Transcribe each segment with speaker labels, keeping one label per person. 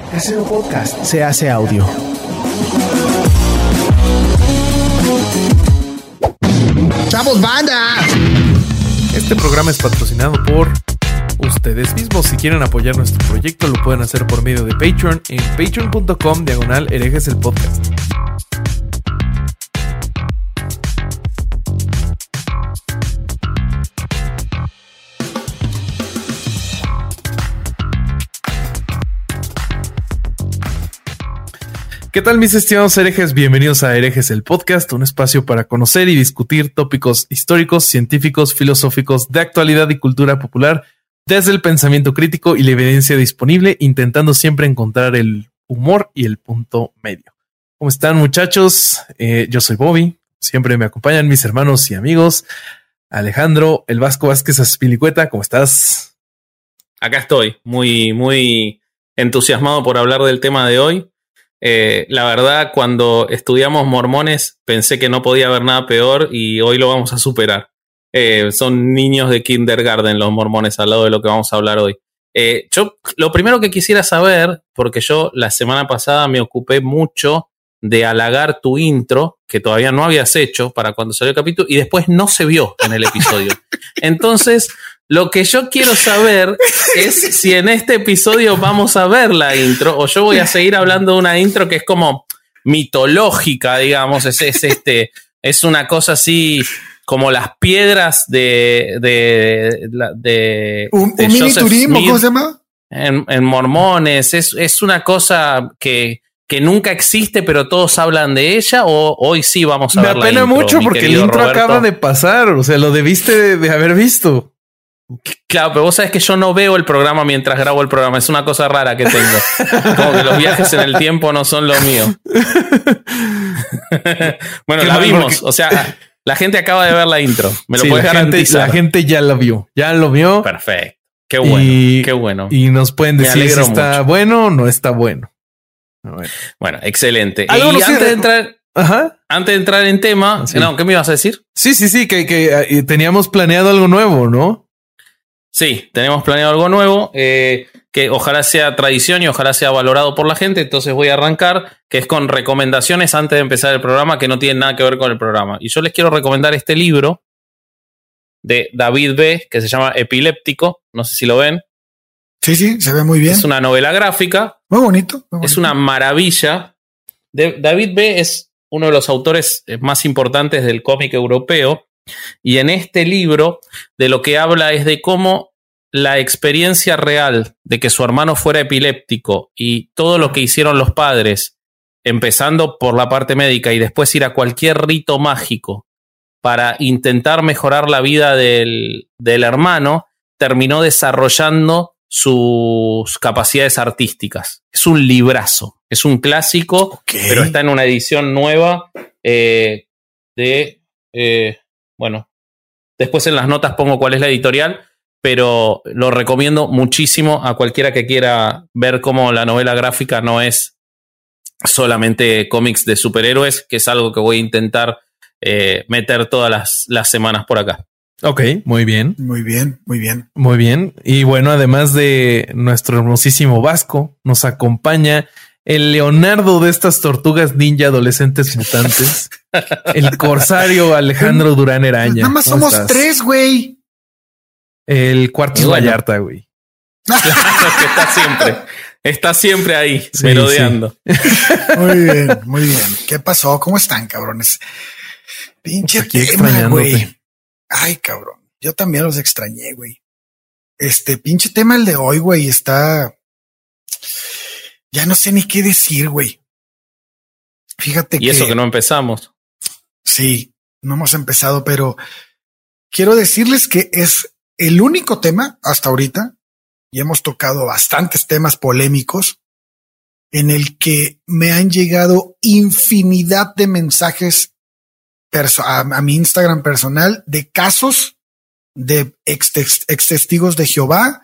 Speaker 1: Casero Podcast se hace audio.
Speaker 2: ¡Chavos, banda!
Speaker 3: Este programa es patrocinado por ustedes mismos. Si quieren apoyar nuestro proyecto, lo pueden hacer por medio de Patreon en patreon.com/herejes el podcast. ¿Qué tal, mis estimados herejes? Bienvenidos a Herejes el Podcast, un espacio para conocer y discutir tópicos históricos, científicos, filosóficos, de actualidad y cultura popular desde el pensamiento crítico y la evidencia disponible, intentando siempre encontrar el humor y el punto medio. ¿Cómo están, muchachos? Yo soy Bobby, siempre me acompañan mis hermanos y amigos. Alejandro, el Vasco Vázquez Azpilicueta, ¿cómo estás?
Speaker 4: Acá estoy, muy entusiasmado por hablar del tema de hoy. La verdad, cuando estudiamos mormones pensé que no podía haber nada peor y hoy lo vamos a superar. Son niños de kindergarten los mormones al lado de lo que vamos a hablar hoy. Yo lo primero que quisiera saber, porque yo la semana pasada me ocupé mucho de halagar tu intro, que todavía no habías hecho para cuando salió el capítulo, y después no se vio en el episodio. Entonces, lo que yo quiero saber es si en este episodio vamos a ver la intro o yo voy a seguir hablando de una intro que es como mitológica, digamos. Es una cosa así como las piedras de
Speaker 2: un mini turismo, ¿cómo se llama?
Speaker 4: En mormones. Es una cosa que nunca existe, pero todos hablan de ella, o hoy sí vamos a ver la intro.
Speaker 3: Me apena mucho porque el intro
Speaker 4: Roberto
Speaker 3: acaba de pasar, o sea, lo debiste de haber visto.
Speaker 4: Claro, pero vos sabés que yo no veo el programa mientras grabo el programa. Es una cosa rara que tengo. Como que los viajes en el tiempo no son lo mío. Bueno, la vimos. Porque... O sea, la gente acaba de ver la intro. Me lo puedes garantizar.
Speaker 3: La gente ya la vio. Ya lo vio.
Speaker 4: Perfecto. Qué bueno. Qué bueno.
Speaker 3: Y nos pueden decir si está bueno o no está bueno.
Speaker 4: Bueno, excelente. Y antes de entrar... Antes de entrar en tema... Sí. No, ¿qué me ibas a decir?
Speaker 3: Sí. Que teníamos planeado algo nuevo, ¿no?
Speaker 4: Sí, tenemos planeado algo nuevo que ojalá sea tradición y ojalá sea valorado por la gente. Entonces voy a arrancar, que es con recomendaciones antes de empezar el programa que no tienen nada que ver con el programa. Y yo les quiero recomendar este libro de David B., que se llama Epiléptico. No sé si lo ven.
Speaker 2: Sí, se ve muy bien.
Speaker 4: Es una novela gráfica.
Speaker 2: Muy bonito.
Speaker 4: Es una maravilla. David B. es uno de los autores más importantes del cómic europeo. Y en este libro de lo que habla es de cómo la experiencia real de que su hermano fuera epiléptico y todo lo que hicieron los padres, empezando por la parte médica y después ir a cualquier rito mágico para intentar mejorar la vida del hermano, terminó desarrollando sus capacidades artísticas. Es un librazo, es un clásico, pero está en una edición nueva bueno, después en las notas pongo cuál es la editorial, pero lo recomiendo muchísimo a cualquiera que quiera ver cómo la novela gráfica no es solamente cómics de superhéroes, que es algo que voy a intentar meter todas las semanas por acá.
Speaker 3: Ok, muy bien.
Speaker 2: Muy bien.
Speaker 3: Muy bien. Y bueno, además de nuestro hermosísimo Vasco, nos acompaña el Leonardo de estas tortugas ninja adolescentes mutantes, el corsario Alejandro Durán Eraña.
Speaker 2: Nada más somos 3, güey.
Speaker 3: El cuarto es Vallarta, güey.
Speaker 4: Está siempre ahí, merodeando.
Speaker 2: Sí. Muy bien. ¿Qué pasó? ¿Cómo están, cabrones? Pinche tema, güey. Ay, cabrón. Yo también los extrañé, güey. Pinche tema el de hoy, güey, está... Ya no sé ni qué decir, güey. Fíjate que...
Speaker 4: Y eso que no empezamos.
Speaker 2: Sí, no hemos empezado, pero quiero decirles que es el único tema hasta ahorita, y hemos tocado bastantes temas polémicos, en el que me han llegado infinidad de mensajes a mi Instagram personal de casos de ex testigos de Jehová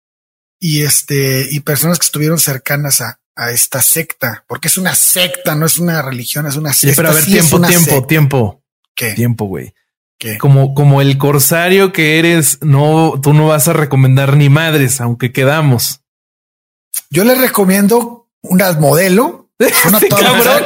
Speaker 2: y personas que estuvieron cercanas a esta secta, porque es una secta, no es una religión, es una secta.
Speaker 3: Sí, pero a ver, tiempo.
Speaker 2: ¿Qué?
Speaker 3: Tiempo, güey.
Speaker 2: ¿Qué?
Speaker 3: Como el corsario que eres, no, tú no vas a recomendar ni madres, aunque quedamos.
Speaker 2: Yo les recomiendo una modelo. Una
Speaker 3: Sí, cabrón.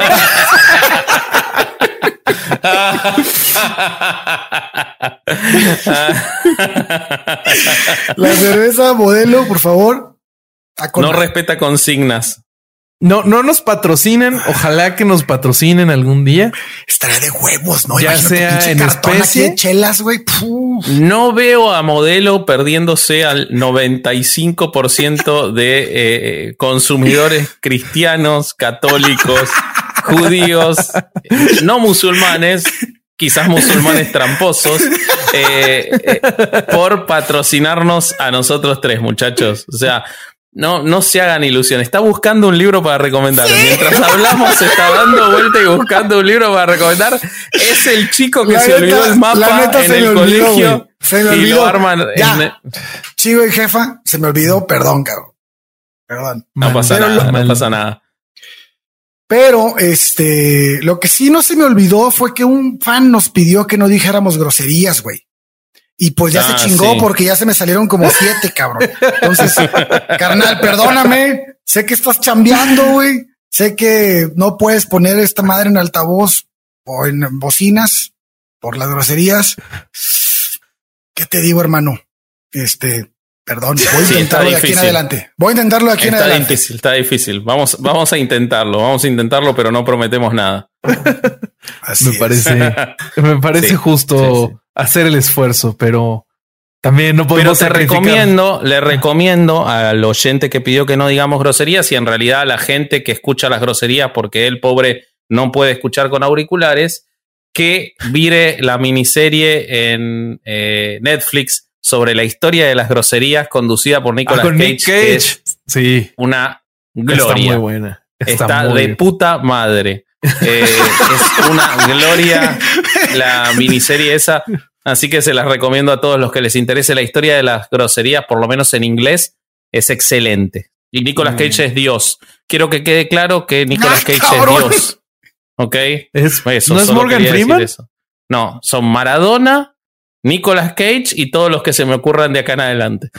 Speaker 2: La cerveza modelo, por favor.
Speaker 4: No respeta consignas.
Speaker 3: No nos patrocinen. Ojalá que nos patrocinen algún día.
Speaker 2: Estaría de huevos, ¿no?
Speaker 3: Ya
Speaker 2: Imagínate,
Speaker 3: sea
Speaker 2: pinche
Speaker 3: en
Speaker 2: cartón
Speaker 3: especie.
Speaker 2: aquí de chelas, güey.
Speaker 4: No veo a Modelo perdiéndose al 95% de consumidores cristianos, católicos, judíos, no musulmanes, quizás musulmanes tramposos, por patrocinarnos a nosotros tres, muchachos. O sea, no se hagan ilusiones. Está buscando un libro para recomendar. Sí. Mientras hablamos, se está dando vuelta y buscando un libro para recomendar. Es el chico que se olvidó el mapa en el colegio.
Speaker 2: Se me olvidó.
Speaker 4: Y lo arman.
Speaker 2: Chico y jefa, se me olvidó. Perdón, cabrón. Perdón.
Speaker 4: No pasa nada, no pasa nada.
Speaker 2: Pero lo que sí no se me olvidó fue que un fan nos pidió que no dijéramos groserías, güey. Y pues ya se chingó, sí, porque ya se me salieron como 7, cabrón. Entonces, carnal, perdóname. Sé que estás chambeando, güey. Sé que no puedes poner esta madre en altavoz o en bocinas por las groserías. ¿Qué te digo, hermano? Perdón, voy a intentarlo de aquí en adelante. Voy a intentarlo de aquí en adelante.
Speaker 4: Está difícil. Vamos a intentarlo, pero no prometemos nada.
Speaker 3: Me parece sí, justo. Sí. Hacer el esfuerzo, pero también no podemos
Speaker 4: sacrificar. Le recomiendo al oyente que pidió que no digamos groserías y en realidad a la gente que escucha las groserías porque él, pobre, no puede escuchar con auriculares, que vire la miniserie en Netflix sobre la historia de las groserías conducida por Nicolas Cage.
Speaker 3: Nick Cage. Es
Speaker 4: sí. Una gloria.
Speaker 3: Está muy buena.
Speaker 4: Está de bien. Puta madre. Es una gloria la miniserie esa, así que se las recomiendo a todos los que les interese la historia de las groserías, por lo menos en inglés, es excelente. Y Nicolas Cage es Dios. Quiero que quede claro que Nicolas Cage es Dios. ¿Ok?
Speaker 3: Eso, ¿no es Morgan Freeman?
Speaker 4: No, son Maradona, Nicolas Cage y todos los que se me ocurran de acá en adelante.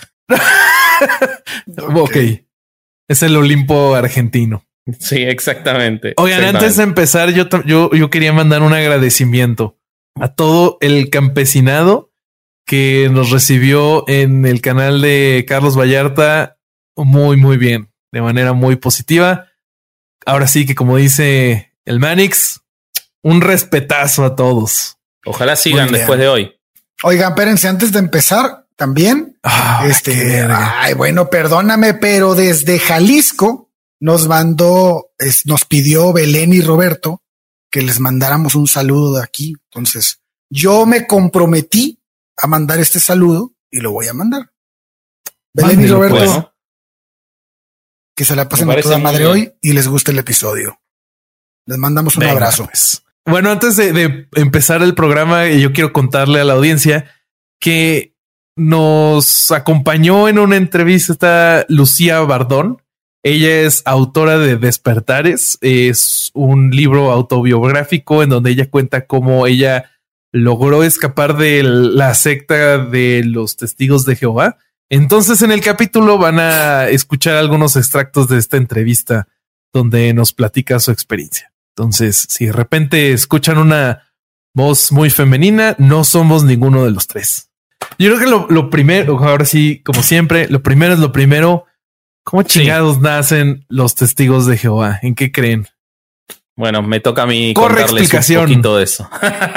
Speaker 3: Ok. Es el Olimpo argentino.
Speaker 4: Sí, exactamente.
Speaker 3: Oigan, antes de empezar, yo quería mandar un agradecimiento a todo el campesinado que nos recibió en el canal de Carlos Vallarta muy, muy bien, de manera muy positiva. Ahora sí que, como dice el Manix, un respetazo a todos.
Speaker 4: Ojalá sigan después de hoy.
Speaker 2: Oigan, espérense, antes de empezar, también, bueno, perdóname, pero desde Jalisco nos pidió Belén y Roberto que les mandáramos un saludo de aquí. Entonces, yo me comprometí a mandar este saludo y lo voy a mandar. Belén y Roberto, bueno, que se la pasen a toda madre hoy y les guste el episodio. Les mandamos un abrazo.
Speaker 3: Pues. Bueno, antes de empezar el programa, yo quiero contarle a la audiencia que nos acompañó en una entrevista Lucía Bardón. Ella es autora de Despertares, es un libro autobiográfico en donde ella cuenta cómo ella logró escapar de la secta de los Testigos de Jehová. Entonces en el capítulo van a escuchar algunos extractos de esta entrevista donde nos platica su experiencia. Entonces, si de repente escuchan una voz muy femenina, no somos ninguno de los tres. Yo creo que lo primero, ahora sí, como siempre, lo primero es lo primero. ¿Cómo chingados nacen los Testigos de Jehová? ¿En qué creen?
Speaker 4: Bueno, me toca a mí contarles un poquito de eso.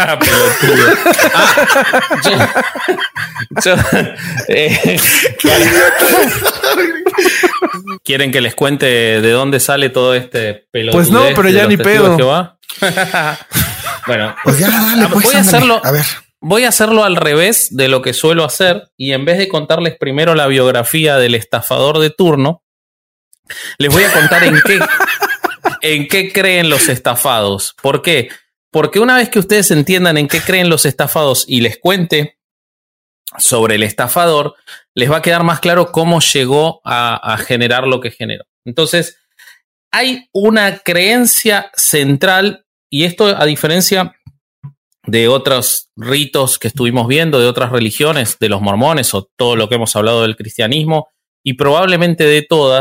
Speaker 4: ¿Quieren que les cuente de dónde sale todo este pelotudez?
Speaker 3: Pues no, pero ya ni pedo.
Speaker 4: Bueno,
Speaker 2: pues ya dale, pues,
Speaker 4: voy a hacerlo. A ver. Voy a hacerlo al revés de lo que suelo hacer y en vez de contarles primero la biografía del estafador de turno, les voy a contar en qué creen los estafados. ¿Por qué? Porque una vez que ustedes entiendan en qué creen los estafados y les cuente sobre el estafador, les va a quedar más claro cómo llegó a generar lo que generó. Entonces, hay una creencia central y esto a diferencia de otros ritos que estuvimos viendo, de otras religiones, de los mormones o todo lo que hemos hablado del cristianismo y probablemente de todas,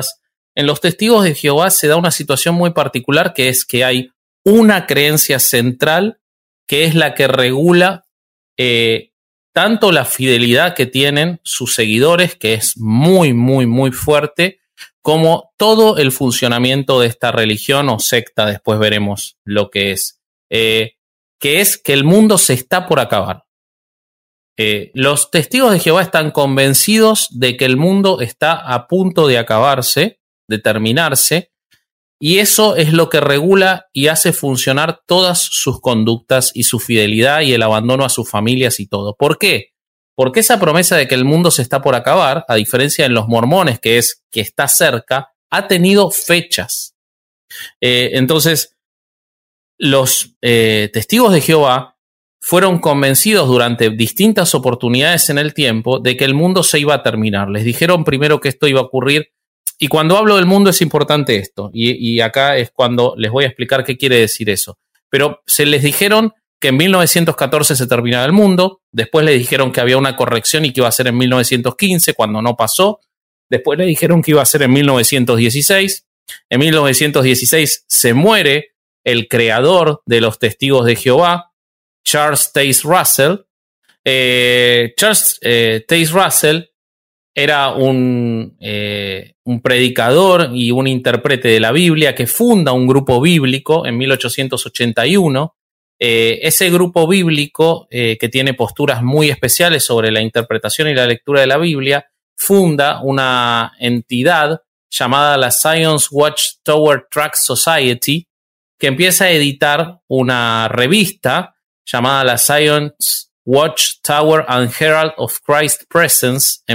Speaker 4: en los testigos de Jehová se da una situación muy particular, que es que hay una creencia central que es la que regula tanto la fidelidad que tienen sus seguidores, que es muy, muy, muy fuerte, como todo el funcionamiento de esta religión o secta. Después veremos lo que es que el mundo se está por acabar. Los testigos de Jehová están convencidos de que el mundo está a punto de acabarse, de terminarse, y eso es lo que regula y hace funcionar todas sus conductas y su fidelidad y el abandono a sus familias y todo. ¿Por qué? Porque esa promesa de que el mundo se está por acabar, a diferencia de los mormones, que es que está cerca, ha tenido fechas. Entonces, los testigos de Jehová fueron convencidos durante distintas oportunidades en el tiempo de que el mundo se iba a terminar. Les dijeron primero que esto iba a ocurrir. Y cuando hablo del mundo es importante esto. Y acá es cuando les voy a explicar qué quiere decir eso. Pero se les dijeron que en 1914 se terminaba el mundo. Después les dijeron que había una corrección y que iba a ser en 1915, cuando no pasó. Después les dijeron que iba a ser en 1916. En 1916 se muere el creador de los testigos de Jehová, Charles Taze Russell. Charles Taze Russell era un predicador y un intérprete de la Biblia que funda un grupo bíblico en 1881. Ese grupo bíblico, que tiene posturas muy especiales sobre la interpretación y la lectura de la Biblia, funda una entidad llamada la Zion's Watchtower Tract Society, que empieza a editar una revista llamada la Zion's Watchtower and Herald of Christ's Presence en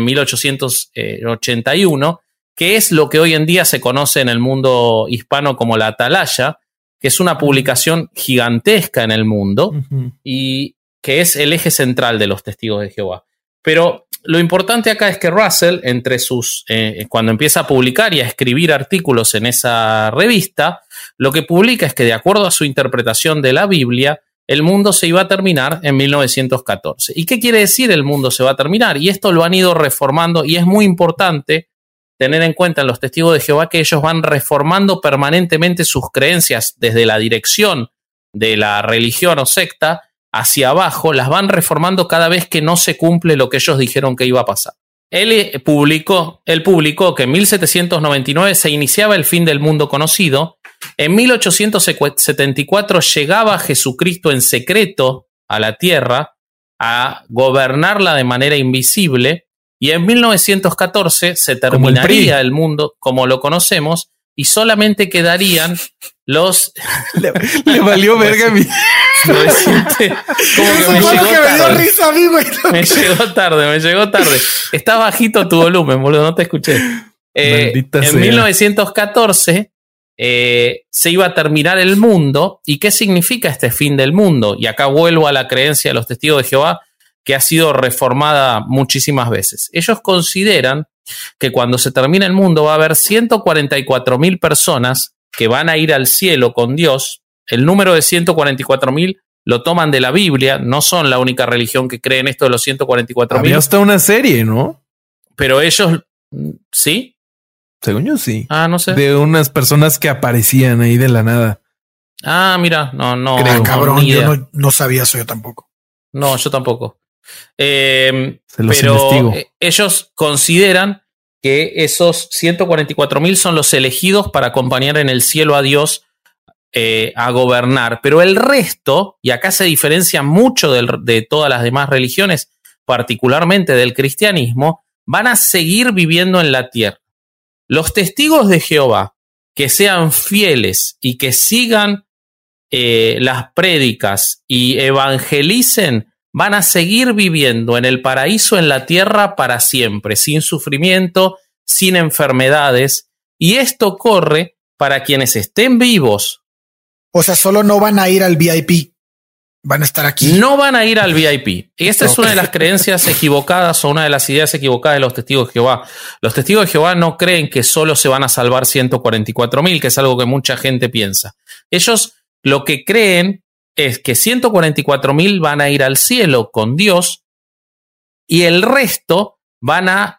Speaker 4: 1881, que es lo que hoy en día se conoce en el mundo hispano como la Atalaya, que es una publicación gigantesca en el mundo y que es el eje central de los testigos de Jehová. Pero lo importante acá es que Russell, entre sus cuando empieza a publicar y a escribir artículos en esa revista, lo que publica es que, de acuerdo a su interpretación de la Biblia, el mundo se iba a terminar en 1914. ¿Y qué quiere decir el mundo se va a terminar? Y esto lo han ido reformando, y es muy importante tener en cuenta en los testigos de Jehová que ellos van reformando permanentemente sus creencias desde la dirección de la religión o secta hacia abajo, las van reformando cada vez que no se cumple lo que ellos dijeron que iba a pasar. Él publicó que en 1799 se iniciaba el fin del mundo conocido. En 1874 llegaba Jesucristo en secreto a la tierra a gobernarla de manera invisible, y en 1914 se terminaría el mundo como lo conocemos y solamente quedarían los...
Speaker 3: Le valió verga mi...
Speaker 4: Como que me llegó tarde. Está bajito tu volumen, boludo, no te escuché. En 1914 se iba a terminar el mundo. ¿Y qué significa este fin del mundo? Y acá vuelvo a la creencia de los testigos de Jehová, que ha sido reformada muchísimas veces. Ellos consideran que cuando se termine el mundo va a haber 144.000 personas que van a ir al cielo con Dios. El número de 144.000 lo toman de la Biblia, no son la única religión que cree en esto de los 144.000.
Speaker 3: Había hasta una serie, ¿no?
Speaker 4: Pero ellos, ¿sí?
Speaker 3: Según yo, sí.
Speaker 4: Ah, no sé.
Speaker 3: De unas personas que aparecían ahí de la nada.
Speaker 4: Ah, mira, no.
Speaker 2: Creo, cabrón, yo no sabía eso yo tampoco.
Speaker 4: No, yo tampoco.
Speaker 3: Se los
Speaker 4: pero
Speaker 3: investigo.
Speaker 4: Ellos consideran que esos 144.000 son los elegidos para acompañar en el cielo a Dios a gobernar. Pero el resto, y acá se diferencia mucho de todas las demás religiones, particularmente del cristianismo, van a seguir viviendo en la tierra. Los testigos de Jehová que sean fieles y que sigan las prédicas y evangelicen, van a seguir viviendo en el paraíso en la tierra para siempre, sin sufrimiento, sin enfermedades. Y esto corre para quienes estén vivos.
Speaker 2: O sea, solo no van a ir al VIP. Van a estar aquí.
Speaker 4: No van a ir al VIP. Y esta es una de las creencias equivocadas o una de las ideas equivocadas de los testigos de Jehová. Los testigos de Jehová no creen que solo se van a salvar 144.000, que es algo que mucha gente piensa. Ellos lo que creen es que 144.000 van a ir al cielo con Dios y el resto van a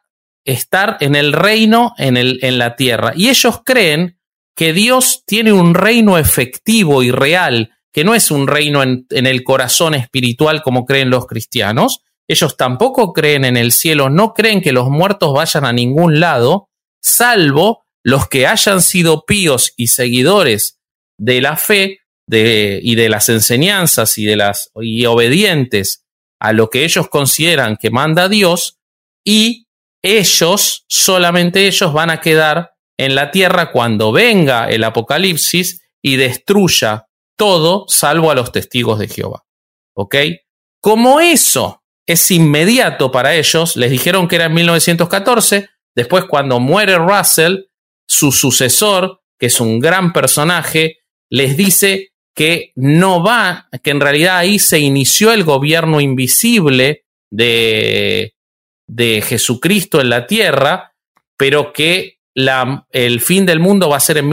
Speaker 4: estar en el reino en la tierra. Y ellos creen que Dios tiene un reino efectivo y real, que no es un reino en el corazón espiritual como creen los cristianos. Ellos tampoco creen en el cielo, no creen que los muertos vayan a ningún lado, salvo los que hayan sido píos y seguidores de la fe y de las enseñanzas y obedientes a lo que ellos consideran que manda Dios, y ellos, solamente ellos, van a quedar en la tierra cuando venga el Apocalipsis y destruya todo salvo a los testigos de Jehová. ¿Ok? Como eso es inmediato para ellos, les dijeron que era en 1914, después cuando muere Russell, su sucesor, que es un gran personaje, les dice que no va, que en realidad ahí se inició el gobierno invisible de Jesucristo en la tierra, pero que el fin del mundo va a ser en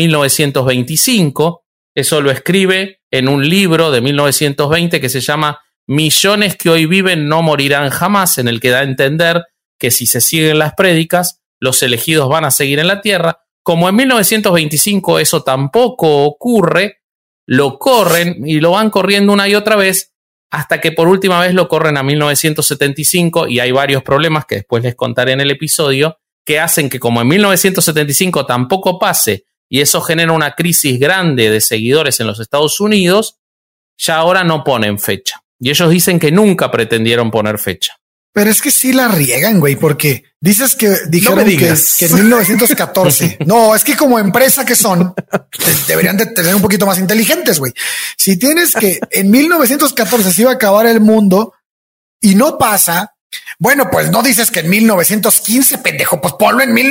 Speaker 4: 1925. Eso lo escribe en un libro de 1920 que se llama Millones que hoy viven no morirán jamás, en el que da a entender que si se siguen las prédicas, los elegidos van a seguir en la tierra. Como en 1925 eso tampoco ocurre, lo corren y lo van corriendo una y otra vez hasta que por última vez lo corren a 1975, y hay varios problemas que después les contaré en el episodio que hacen que como en 1975 tampoco pase y eso genera una crisis grande de seguidores en los Estados Unidos, ya ahora no ponen fecha. Y ellos dicen que nunca pretendieron poner fecha.
Speaker 2: Pero es que sí la riegan, güey, porque dices que dijeron que en 1914. No, es que como empresa que son, deberían de tener un poquito más inteligentes, güey. Si tienes que en 1914 se iba a acabar el mundo y no pasa, bueno, pues no dices que en 1915, pendejo, pues ponlo en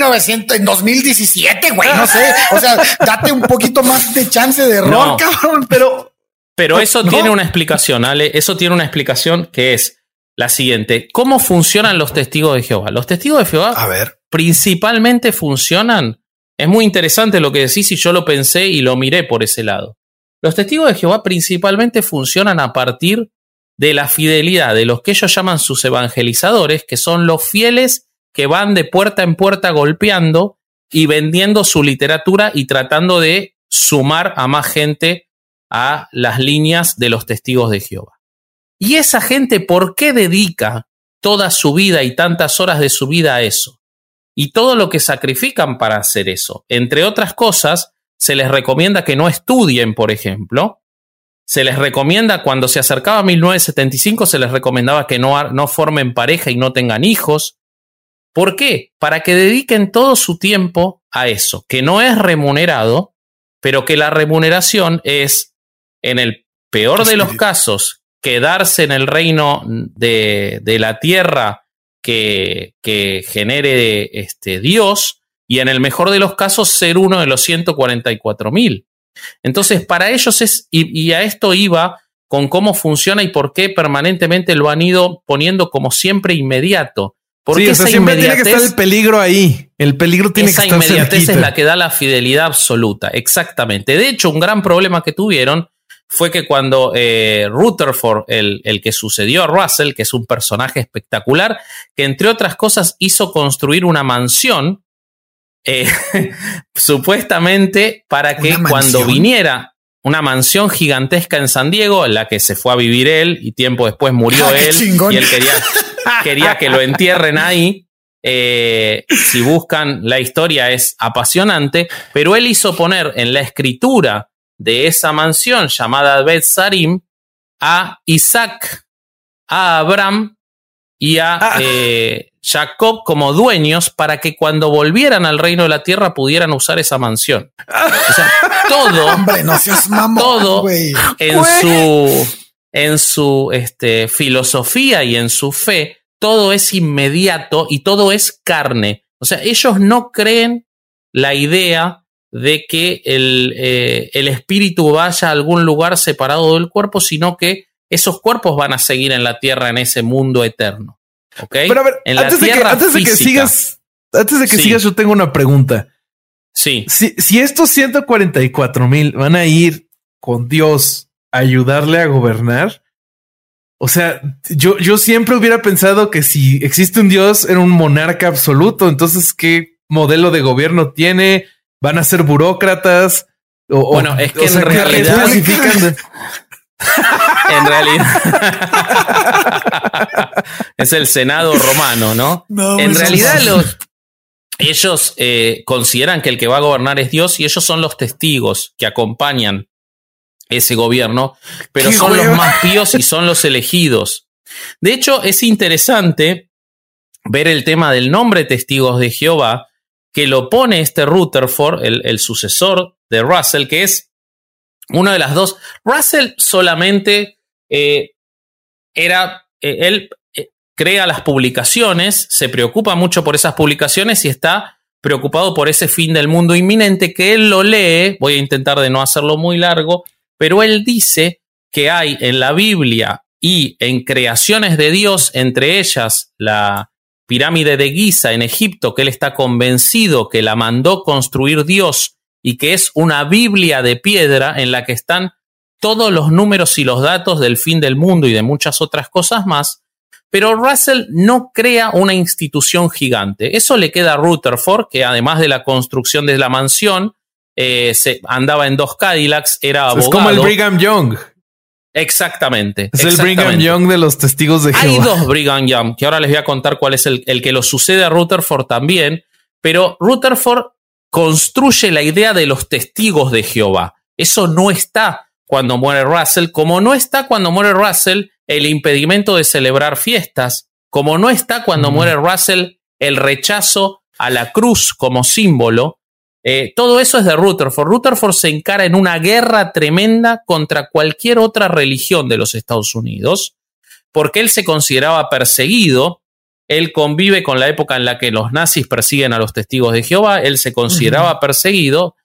Speaker 2: 2017, güey, no sé. O sea, date un poquito más de chance de error, cabrón.
Speaker 4: Pero eso tiene una explicación, Ale. Eso tiene una explicación que es la siguiente. ¿Cómo funcionan los testigos de Jehová? Los testigos de Jehová principalmente funcionan. Es muy interesante lo que decís y yo lo pensé y lo miré por ese lado. Los testigos de Jehová principalmente funcionan a partir de la fidelidad de los que ellos llaman sus evangelizadores, que son los fieles que van de puerta en puerta golpeando y vendiendo su literatura y tratando de sumar a más gente a las líneas de los testigos de Jehová. ¿Y esa gente por qué dedica toda su vida y tantas horas de su vida a eso? Y todo lo que sacrifican para hacer eso. Entre otras cosas, se les recomienda que no estudien, por ejemplo. Se les recomienda, cuando se acercaba a 1975, se les recomendaba que no formen pareja y no tengan hijos. ¿Por qué? Para que dediquen todo su tiempo a eso, que no es remunerado, pero que la remuneración es, en el peor de los casos, quedarse en el reino de la tierra que genere Dios, y en el mejor de los casos ser uno de los 144,000. Entonces, para ellos y a esto iba con cómo funciona y por qué permanentemente lo han ido poniendo como siempre inmediato. Porque esa
Speaker 3: siempre tiene que estar el peligro ahí. El peligro tiene que estar cerquita.
Speaker 4: Esa inmediatez es la que da la fidelidad absoluta. Exactamente. De hecho, un gran problema que tuvieron fue que cuando Rutherford, el que sucedió a Russell, que es un personaje espectacular, que entre otras cosas hizo construir una mansión, supuestamente para que cuando viniera, una mansión gigantesca en San Diego, en la que se fue a vivir él y tiempo después murió él, y él quería que lo entierren ahí. Si buscan la historia es apasionante, pero él hizo poner en la escritura de esa mansión llamada Bet Sarim a Isaac, a Abraham y a Jacob como dueños, para que cuando volvieran al reino de la tierra pudieran usar esa mansión. O sea, todo,
Speaker 2: hombre, no seas mamón,
Speaker 4: todo en su filosofía y en su fe, todo es inmediato y todo es carne. O sea, ellos no creen la idea de que el espíritu vaya a algún lugar separado del cuerpo, sino que esos cuerpos van a seguir en la tierra en ese mundo eterno. ¿Okay?
Speaker 3: Pero a ver, antes de que sigas, yo tengo una pregunta.
Speaker 4: Sí.
Speaker 3: Si estos 144,000 van a ir con Dios a ayudarle a gobernar, O sea, yo siempre hubiera pensado que si existe un Dios, era un monarca absoluto. Entonces, ¿qué modelo de gobierno tiene? ¿Van a ser burócratas?
Speaker 4: Bueno, es que en realidad... En realidad es el Senado romano, ¿no? En realidad ellos consideran que el que va a gobernar es Dios y ellos son los testigos que acompañan ese gobierno, pero son los más píos y son los elegidos. De hecho, es interesante ver el tema del nombre Testigos de Jehová, que lo pone este Rutherford, el sucesor de Russell, que es una de las dos. Russell solamente él crea las publicaciones, se preocupa mucho por esas publicaciones y está preocupado por ese fin del mundo inminente que él lo lee. Voy a intentar de no hacerlo muy largo, pero él dice que hay en la Biblia y en creaciones de Dios, entre ellas la pirámide de Giza en Egipto, que él está convencido que la mandó construir Dios y que es una Biblia de piedra en la que están todos los números y los datos del fin del mundo y de muchas otras cosas más. Pero Russell no crea una institución gigante. Eso le queda a Rutherford, que además de la construcción de la mansión, andaba en 2 Cadillacs, era abogado.
Speaker 3: Es como el Brigham Young.
Speaker 4: Exactamente.
Speaker 3: Es el Brigham Young de los Testigos de Jehová.
Speaker 4: Hay 2 Brigham Young, que ahora les voy a contar cuál es el que lo sucede a Rutherford también. Pero Rutherford construye la idea de los Testigos de Jehová. Eso no está cuando muere Russell, como no está cuando muere Russell el impedimento de celebrar fiestas, como no está cuando muere Russell el rechazo a la cruz como símbolo. Todo eso es de Rutherford. Rutherford se encara en una guerra tremenda contra cualquier otra religión de los Estados Unidos, porque él se consideraba perseguido. Él convive con la época en la que los nazis persiguen a los Testigos de Jehová. Él se consideraba perseguido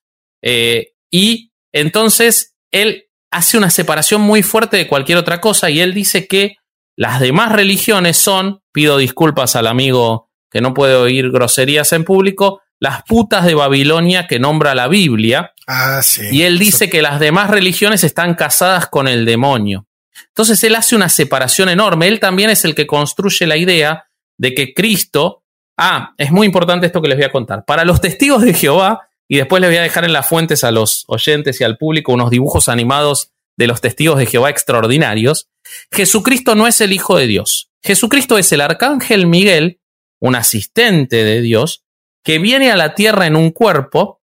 Speaker 4: y entonces él hace una separación muy fuerte de cualquier otra cosa y él dice que las demás religiones son, pido disculpas al amigo que no puede oír groserías en público, las putas de Babilonia que nombra la Biblia.
Speaker 2: Sí.
Speaker 4: Y él dice que las demás religiones están casadas con el demonio. Entonces él hace una separación enorme. Él también es el que construye la idea de que Cristo... es muy importante esto que les voy a contar. Para los Testigos de Jehová, y después les voy a dejar en las fuentes a los oyentes y al público unos dibujos animados de los Testigos de Jehová extraordinarios, Jesucristo no es el Hijo de Dios. Jesucristo es el Arcángel Miguel, un asistente de Dios, que viene a la tierra en un cuerpo,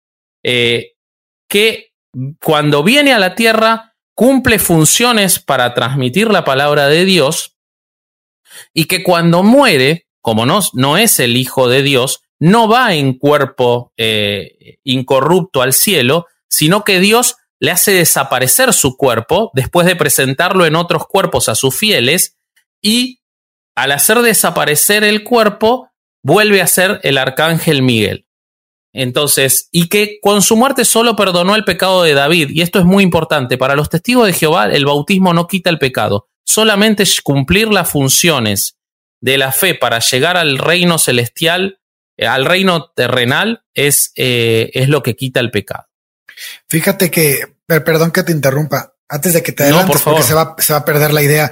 Speaker 4: que cuando viene a la tierra cumple funciones para transmitir la palabra de Dios, y que cuando muere, como no es el Hijo de Dios, no va en cuerpo incorrupto al cielo, sino que Dios le hace desaparecer su cuerpo después de presentarlo en otros cuerpos a sus fieles, y al hacer desaparecer el cuerpo, vuelve a ser el Arcángel Miguel. Entonces, y que con su muerte solo perdonó el pecado de David, y esto es muy importante, para los Testigos de Jehová el bautismo no quita el pecado, solamente cumplir las funciones de la fe para llegar al reino celestial, al reino terrenal, es lo que quita el pecado.
Speaker 2: Fíjate que, perdón que te interrumpa, antes de que te adelantes, porque se va a perder la idea.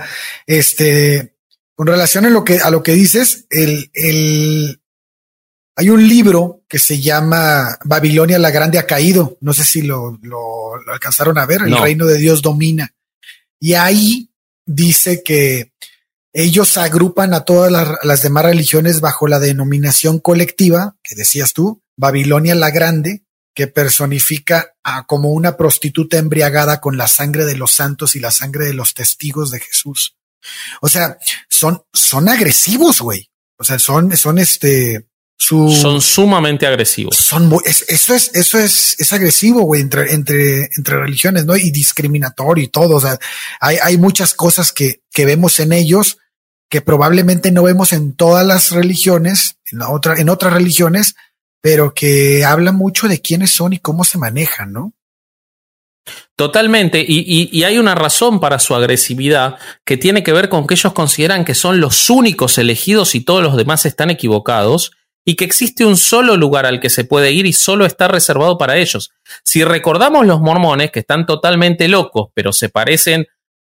Speaker 2: Con relación a lo que dices, hay un libro que se llama Babilonia la Grande ha caído. No sé si lo alcanzaron a ver. El reino de Dios domina. Y ahí dice que ellos agrupan a todas las demás religiones bajo la denominación colectiva, que decías tú, Babilonia la Grande, que personifica como una prostituta embriagada con la sangre de los santos y la sangre de los testigos de Jesús. O sea, son agresivos, güey. O sea, son
Speaker 4: sumamente agresivos.
Speaker 2: Eso es agresivo, güey, entre religiones, ¿no? Y discriminatorio y todo. O sea, hay muchas cosas que vemos en ellos que probablemente no vemos en todas las religiones, en otras religiones, pero que habla mucho de quiénes son y cómo se manejan, ¿no?
Speaker 4: Totalmente, y hay una razón para su agresividad que tiene que ver con que ellos consideran que son los únicos elegidos y todos los demás están equivocados, y que existe un solo lugar al que se puede ir y solo está reservado para ellos. Si recordamos los mormones, que están totalmente locos, pero se parecen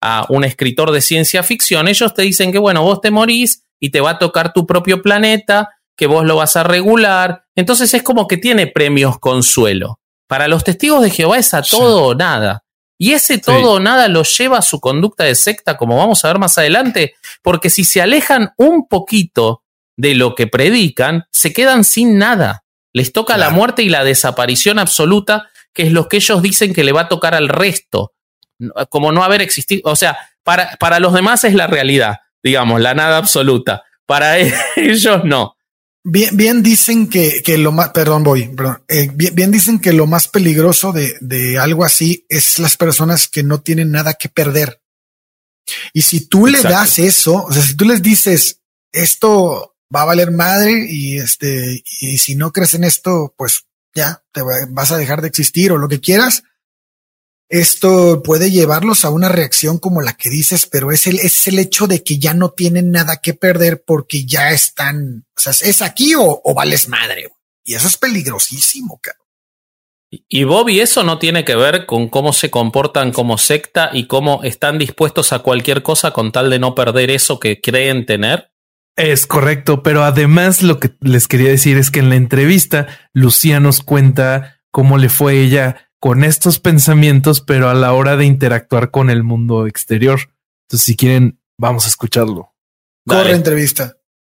Speaker 4: a un escritor de ciencia ficción, ellos te dicen que, bueno, vos te morís y te va a tocar tu propio planeta, que vos lo vas a regular. Entonces es como que tiene premios consuelo. Para los testigos de Jehová es a todo o nada. Y ese todo o nada lo lleva a su conducta de secta, como vamos a ver más adelante, porque si se alejan un poquito de lo que predican, se quedan sin nada. Les toca la muerte y la desaparición absoluta, que es lo que ellos dicen que le va a tocar al resto, como no haber existido. O sea, para los demás es la realidad, digamos, la nada absoluta. Para ellos no.
Speaker 2: Bien dicen que lo más, bien dicen que lo más peligroso de algo así es las personas que no tienen nada que perder. Y si tú le das eso, o sea, si tú les dices esto va a valer madre y si no crees en esto, pues ya te vas a dejar de existir o lo que quieras. Esto puede llevarlos a una reacción como la que dices, pero es el hecho de que ya no tienen nada que perder porque ya están, o sea, es aquí o vales madre. Y eso es peligrosísimo, cabrón.
Speaker 4: Y Bobby, eso no tiene que ver con cómo se comportan como secta y cómo están dispuestos a cualquier cosa con tal de no perder eso que creen tener.
Speaker 3: Es correcto, pero además lo que les quería decir es que en la entrevista Lucía nos cuenta cómo le fue a ella con estos pensamientos, pero a la hora de interactuar con el mundo exterior. Entonces, si quieren, vamos a escucharlo.
Speaker 2: Corre entrevista.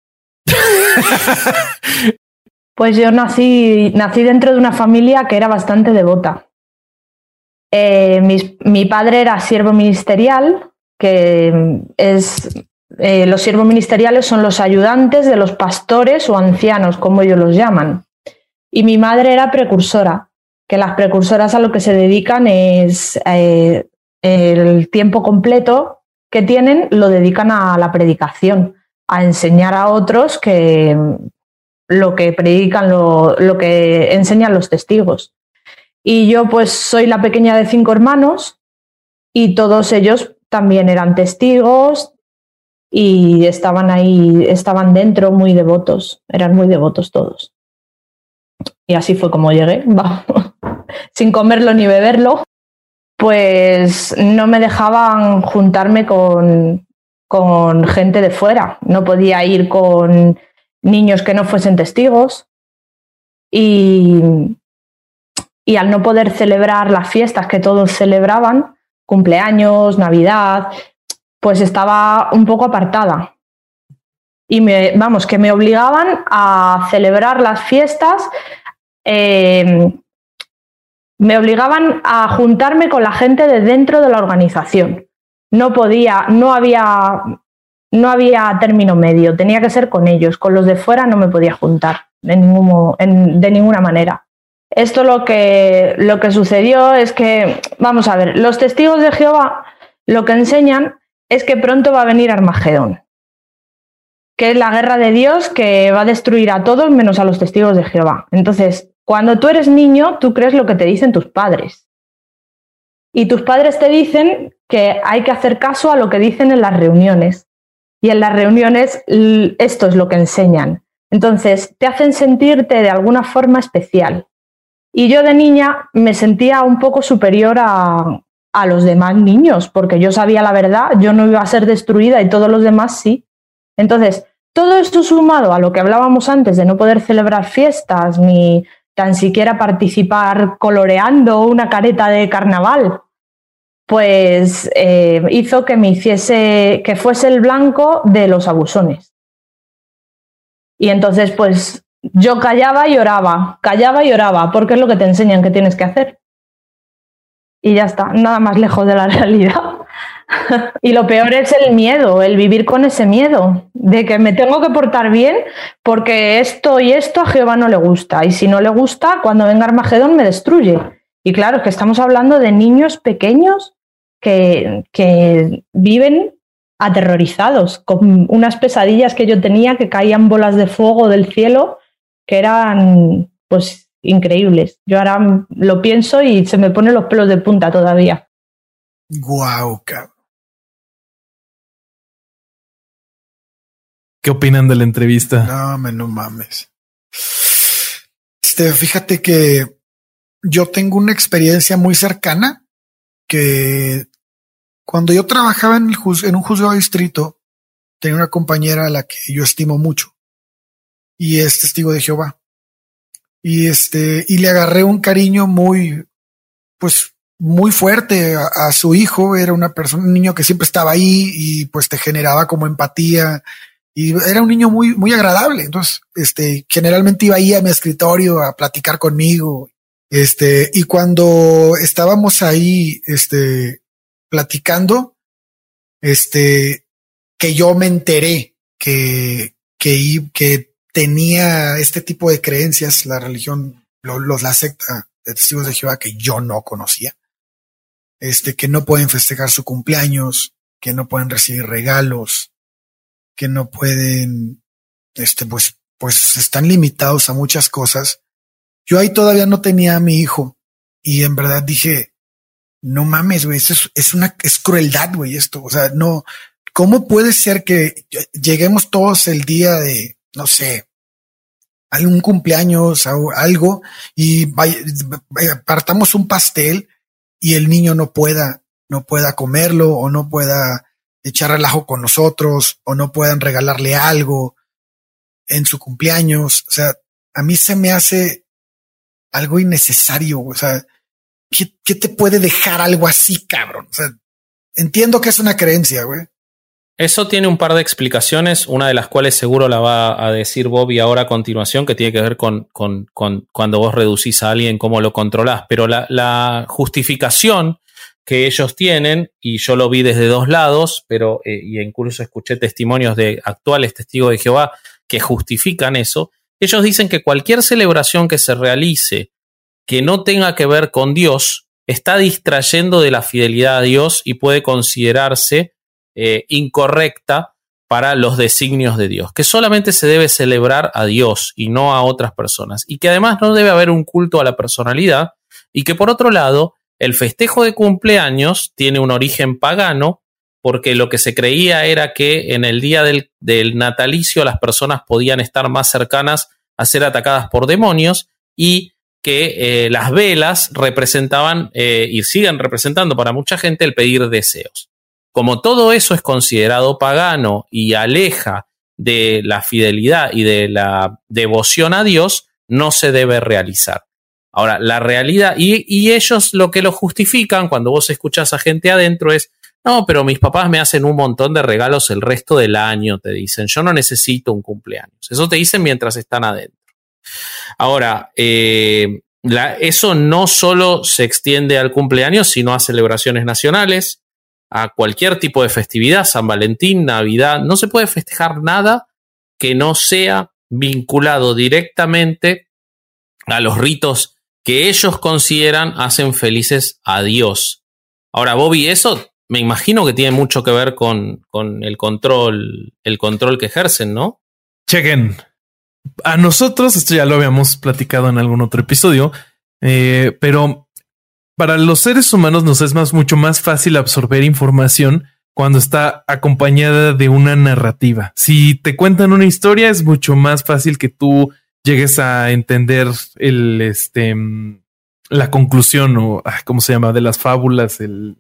Speaker 5: Pues yo nací dentro de una familia que era bastante devota. Mi padre era siervo ministerial, que es... los siervos ministeriales son los ayudantes de los pastores o ancianos, como ellos los llaman. Y mi madre era precursora, que las precursoras a lo que se dedican es el tiempo completo que tienen, lo dedican a la predicación, a enseñar a otros que lo que predican, lo que enseñan los testigos. Y yo pues soy la pequeña de 5 hermanos y todos ellos también eran testigos y estaban ahí, estaban dentro muy devotos, eran muy devotos todos. Y así fue como llegué, sin comerlo ni beberlo, pues no me dejaban juntarme con gente de fuera. No podía ir con niños que no fuesen testigos y al no poder celebrar las fiestas que todos celebraban, cumpleaños, Navidad, pues estaba un poco apartada. Y que me obligaban a celebrar las fiestas. Me obligaban a juntarme con la gente de dentro de la organización. No había término medio, tenía que ser con ellos. Con los de fuera no me podía juntar de ninguna manera. Esto lo que sucedió es que, vamos a ver, los testigos de Jehová lo que enseñan es que pronto va a venir Armagedón, que es la guerra de Dios que va a destruir a todos menos a los testigos de Jehová. Entonces, cuando tú eres niño, tú crees lo que te dicen tus padres. Y tus padres te dicen que hay que hacer caso a lo que dicen en las reuniones. Y en las reuniones esto es lo que enseñan. Entonces, te hacen sentirte de alguna forma especial. Y yo de niña me sentía un poco superior a los demás niños, porque yo sabía la verdad, yo no iba a ser destruida y todos los demás sí. Entonces, todo esto sumado a lo que hablábamos antes de no poder celebrar fiestas ni tan siquiera participar coloreando una careta de carnaval, pues hizo que fuese el blanco de los abusones. Y entonces, pues yo callaba y oraba, porque es lo que te enseñan que tienes que hacer. Y ya está, nada más lejos de la realidad. Y lo peor es el miedo, el vivir con ese miedo de que me tengo que portar bien porque esto y esto a Jehová no le gusta. Y si no le gusta, cuando venga Armagedón me destruye. Y claro, es que estamos hablando de niños pequeños que viven aterrorizados, con unas pesadillas que yo tenía, que caían bolas de fuego del cielo, que eran pues increíbles. Yo ahora lo pienso y se me ponen los pelos de punta todavía.
Speaker 2: Guau, cabrón.
Speaker 3: ¿Qué opinan de la entrevista?
Speaker 2: No mames. Fíjate que yo tengo una experiencia muy cercana que Cuando yo trabajaba en un juzgado de distrito, tenía una compañera a la que yo estimo mucho y es testigo de Jehová. Y le agarré un cariño muy fuerte a su hijo. Era un niño que siempre estaba ahí y pues te generaba como empatía y era un niño muy, muy agradable. Entonces, generalmente iba ahí a mi escritorio a platicar conmigo. Y cuando estábamos ahí, platicando, que yo me enteré que tenía este tipo de creencias, la religión, la secta de Testigos de Jehová, que yo no conocía, que no pueden festejar su cumpleaños, que no pueden recibir regalos, que no pueden, pues están limitados a muchas cosas. Yo ahí todavía no tenía a mi hijo y en verdad dije, no mames, güey, es crueldad, güey, esto. O sea, no, ¿cómo puede ser que lleguemos todos el día de, no sé, algún cumpleaños o algo y partamos un pastel y el niño no pueda comerlo o no pueda echar relajo con nosotros o no puedan regalarle algo en su cumpleaños? O sea, a mí se me hace algo innecesario. O sea, ¿qué te puede dejar algo así, cabrón? O sea, entiendo que es una creencia, güey.
Speaker 4: Eso tiene un par de explicaciones, una de las cuales seguro la va a decir Bobby ahora a continuación, que tiene que ver con cuando vos reducís a alguien, cómo lo controlás. Pero la justificación que ellos tienen, y yo lo vi desde dos lados, pero y incluso escuché testimonios de actuales testigos de Jehová que justifican eso. Ellos dicen que cualquier celebración que se realice que no tenga que ver con Dios está distrayendo de la fidelidad a Dios y puede considerarse incorrecta para los designios de Dios, que solamente se debe celebrar a Dios y no a otras personas, y que además no debe haber un culto a la personalidad, y que por otro lado el festejo de cumpleaños tiene un origen pagano, porque lo que se creía era que en el día del natalicio las personas podían estar más cercanas a ser atacadas por demonios, y que las velas representaban y siguen representando para mucha gente el pedir deseos. Como todo eso es considerado pagano y aleja de la fidelidad y de la devoción a Dios, no se debe realizar. Ahora, la realidad, y ellos lo que lo justifican cuando vos escuchás a gente adentro es, no, pero mis papás me hacen un montón de regalos el resto del año, te dicen, yo no necesito un cumpleaños. Eso te dicen mientras están adentro. Ahora, eso no solo se extiende al cumpleaños, sino a celebraciones nacionales, a cualquier tipo de festividad, San Valentín, Navidad. No se puede festejar nada que no sea vinculado directamente a los ritos que ellos consideran hacen felices a Dios. Ahora, Bobby, eso me imagino que tiene mucho que ver con el control que ejercen, ¿no?
Speaker 3: Chequen. A nosotros, esto ya lo habíamos platicado en algún otro episodio, pero para los seres humanos nos es mucho más fácil absorber información cuando está acompañada de una narrativa. Si te cuentan una historia, es mucho más fácil que tú llegues a entender la conclusión o ¿cómo se llama? De las fábulas,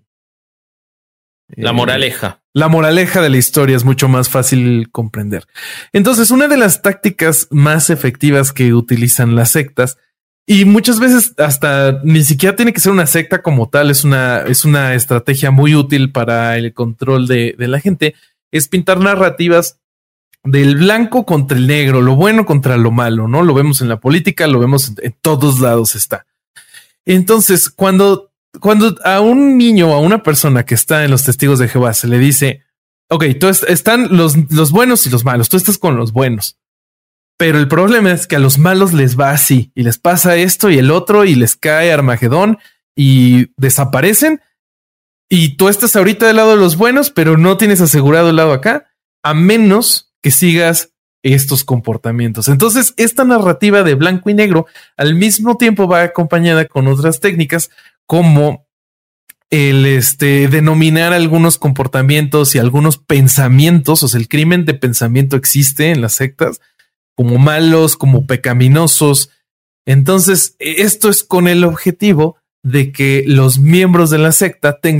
Speaker 4: la moraleja.
Speaker 3: La moraleja de la historia es mucho más fácil comprender. Entonces, una de las tácticas más efectivas que utilizan las sectas, y muchas veces hasta ni siquiera tiene que ser una secta como tal, es una estrategia muy útil para el control de la gente, es pintar narrativas del blanco contra el negro, lo bueno contra lo malo, ¿no? Lo vemos en la política, lo vemos en todos lados está. Entonces, cuando a un niño o a una persona que está en los Testigos de Jehová se le dice, ok, están los buenos y los malos, tú estás con los buenos. Pero el problema es que a los malos les va así y les pasa esto y el otro y les cae Armagedón y desaparecen. Y tú estás ahorita del lado de los buenos, pero no tienes asegurado el lado acá, a menos que sigas estos comportamientos. Entonces, esta narrativa de blanco y negro al mismo tiempo va acompañada con otras técnicas como el denominar algunos comportamientos y algunos pensamientos. O sea, el crimen de pensamiento existe en las sectas como malos, como pecaminosos. Entonces, esto es con el objetivo de que los miembros de la secta tengan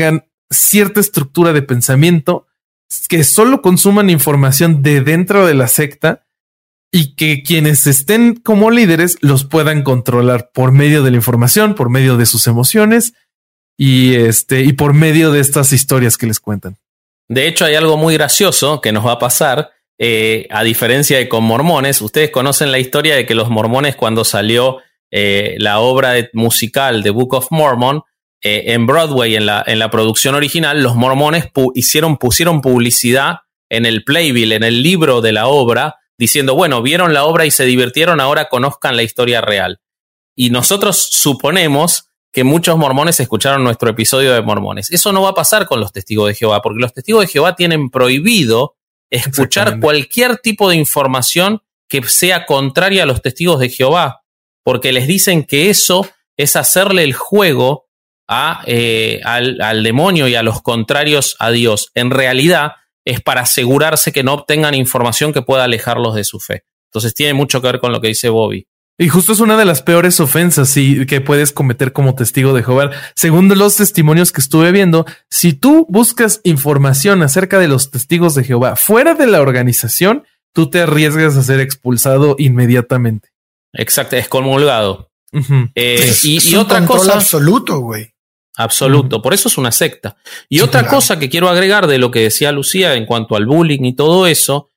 Speaker 3: cierta estructura de pensamiento, que solo consuman información de dentro de la secta y que quienes estén como líderes los puedan controlar por medio de la información, por medio de sus emociones y por medio de estas historias que les cuentan.
Speaker 4: De hecho, hay algo muy gracioso que nos va a pasar, a diferencia de con mormones. Ustedes conocen la historia de que los mormones, cuando salió la obra musical de Book of Mormon, en Broadway, en la producción original, los mormones pusieron publicidad en el playbill, en el libro de la obra, diciendo, bueno, vieron la obra y se divirtieron, ahora conozcan la historia real. Y nosotros suponemos que muchos mormones escucharon nuestro episodio de mormones. Eso no va a pasar con los testigos de Jehová, porque los testigos de Jehová tienen prohibido escuchar cualquier tipo de información que sea contraria a los testigos de Jehová, porque les dicen que eso es hacerle el juego al demonio y a los contrarios a Dios. En realidad es para asegurarse que no obtengan información que pueda alejarlos de su fe. Entonces tiene mucho que ver con lo que dice Bobby.
Speaker 3: Y justo es una de las peores ofensas que puedes cometer como testigo de Jehová. Según los testimonios que estuve viendo, si tú buscas información acerca de los testigos de Jehová fuera de la organización, tú te arriesgas a ser expulsado inmediatamente.
Speaker 4: Exacto, excomulgado.
Speaker 3: Uh-huh.
Speaker 4: Y otra cosa
Speaker 2: absoluto, güey.
Speaker 4: Absoluto, por eso es una secta. Y otra cosa que quiero agregar de lo que decía Lucía en cuanto al bullying y todo eso,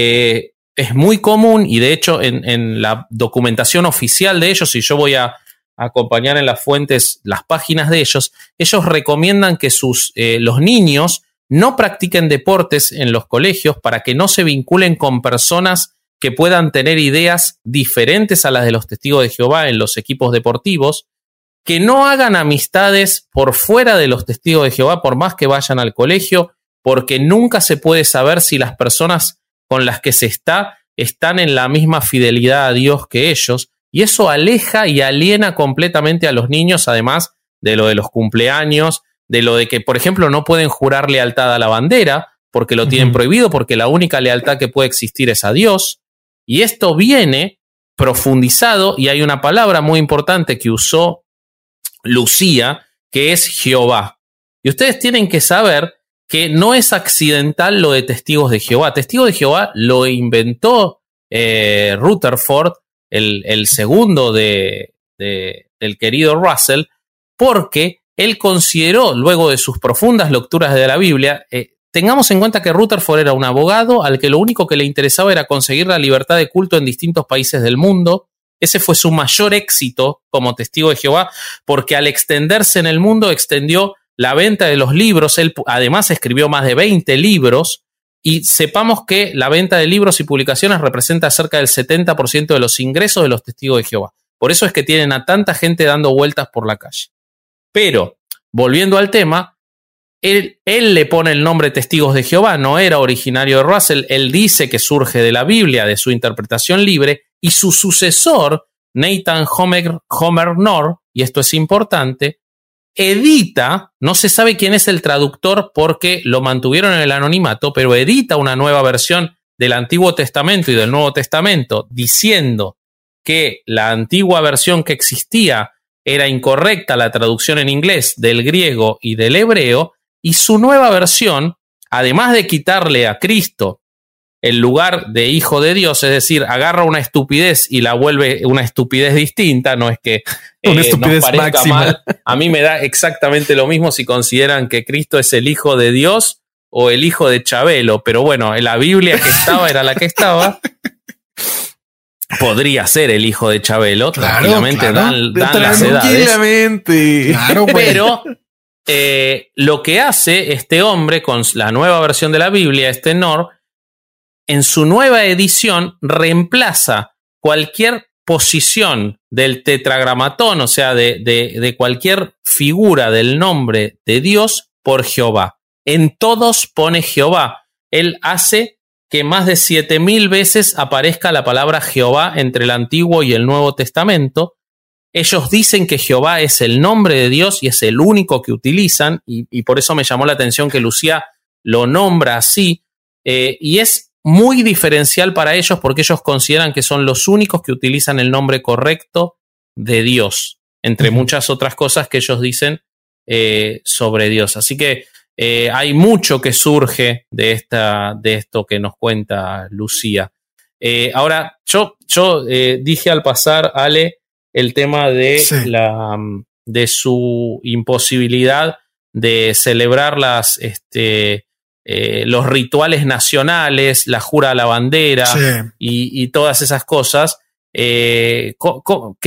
Speaker 4: es muy común, y de hecho en la documentación oficial de ellos, y yo voy a acompañar en las fuentes las páginas de ellos recomiendan que los niños no practiquen deportes en los colegios para que no se vinculen con personas que puedan tener ideas diferentes a las de los testigos de Jehová en los equipos deportivos, que no hagan amistades por fuera de los testigos de Jehová por más que vayan al colegio, porque nunca se puede saber si las personas con las que se están en la misma fidelidad a Dios que ellos, y eso aleja y aliena completamente a los niños, además de lo de los cumpleaños, de lo de que, por ejemplo, no pueden jurar lealtad a la bandera, porque lo tienen prohibido, porque la única lealtad que puede existir es a Dios, y esto viene profundizado, y hay una palabra muy importante que usó Lucía, que es Jehová. Y ustedes tienen que saber que no es accidental lo de testigos de Jehová. Testigos de Jehová lo inventó Rutherford, el segundo del querido Russell, porque él consideró, luego de sus profundas lecturas de la Biblia, tengamos en cuenta que Rutherford era un abogado al que lo único que le interesaba era conseguir la libertad de culto en distintos países del mundo. Ese fue su mayor éxito como testigo de Jehová, porque al extenderse en el mundo extendió la venta de los libros. Él además escribió más de 20 libros, y sepamos que la venta de libros y publicaciones representa cerca del 70% de los ingresos de los testigos de Jehová. Por eso es que tienen a tanta gente dando vueltas por la calle. Pero, volviendo al tema, él le pone el nombre Testigos de Jehová, no era originario de Russell. Él dice que surge de la Biblia, de su interpretación libre, y su sucesor, Nathan Homer Knorr, y esto es importante, edita, no se sabe quién es el traductor porque lo mantuvieron en el anonimato, pero edita una nueva versión del Antiguo Testamento y del Nuevo Testamento diciendo que la antigua versión que existía era incorrecta, la traducción en inglés del griego y del hebreo, y su nueva versión, además de quitarle a Cristo el lugar de hijo de Dios, es decir, agarra una estupidez y la vuelve una estupidez distinta, no es que
Speaker 3: una estupidez
Speaker 4: nos parezca
Speaker 3: máxima.
Speaker 4: mal. A mí me da exactamente lo mismo si consideran que Cristo es el hijo de Dios o el hijo de Chabelo, pero bueno, en la Biblia que estaba era la que estaba. Podría ser el hijo de Chabelo, tranquilamente dan las edades.
Speaker 2: Claro,
Speaker 4: pero lo que hace este hombre con la nueva versión de la Biblia, Knorr, en su nueva edición reemplaza cualquier posición del tetragramatón, o sea, de cualquier figura del nombre de Dios por Jehová. En todos pone Jehová. Él hace que más de 7,000 veces aparezca la palabra Jehová entre el Antiguo y el Nuevo Testamento. Ellos dicen que Jehová es el nombre de Dios y es el único que utilizan, y por eso me llamó la atención que Lucía lo nombra así, y es muy diferencial para ellos porque ellos consideran que son los únicos que utilizan el nombre correcto de Dios, entre muchas otras cosas que ellos dicen sobre Dios. Así que hay mucho que surge de esto que nos cuenta Lucía. Ahora, yo dije al pasar, Ale, el tema de,
Speaker 2: Sí.
Speaker 4: de su imposibilidad de celebrar los rituales nacionales, la jura a la bandera,
Speaker 2: Sí.
Speaker 4: y todas esas cosas. Pero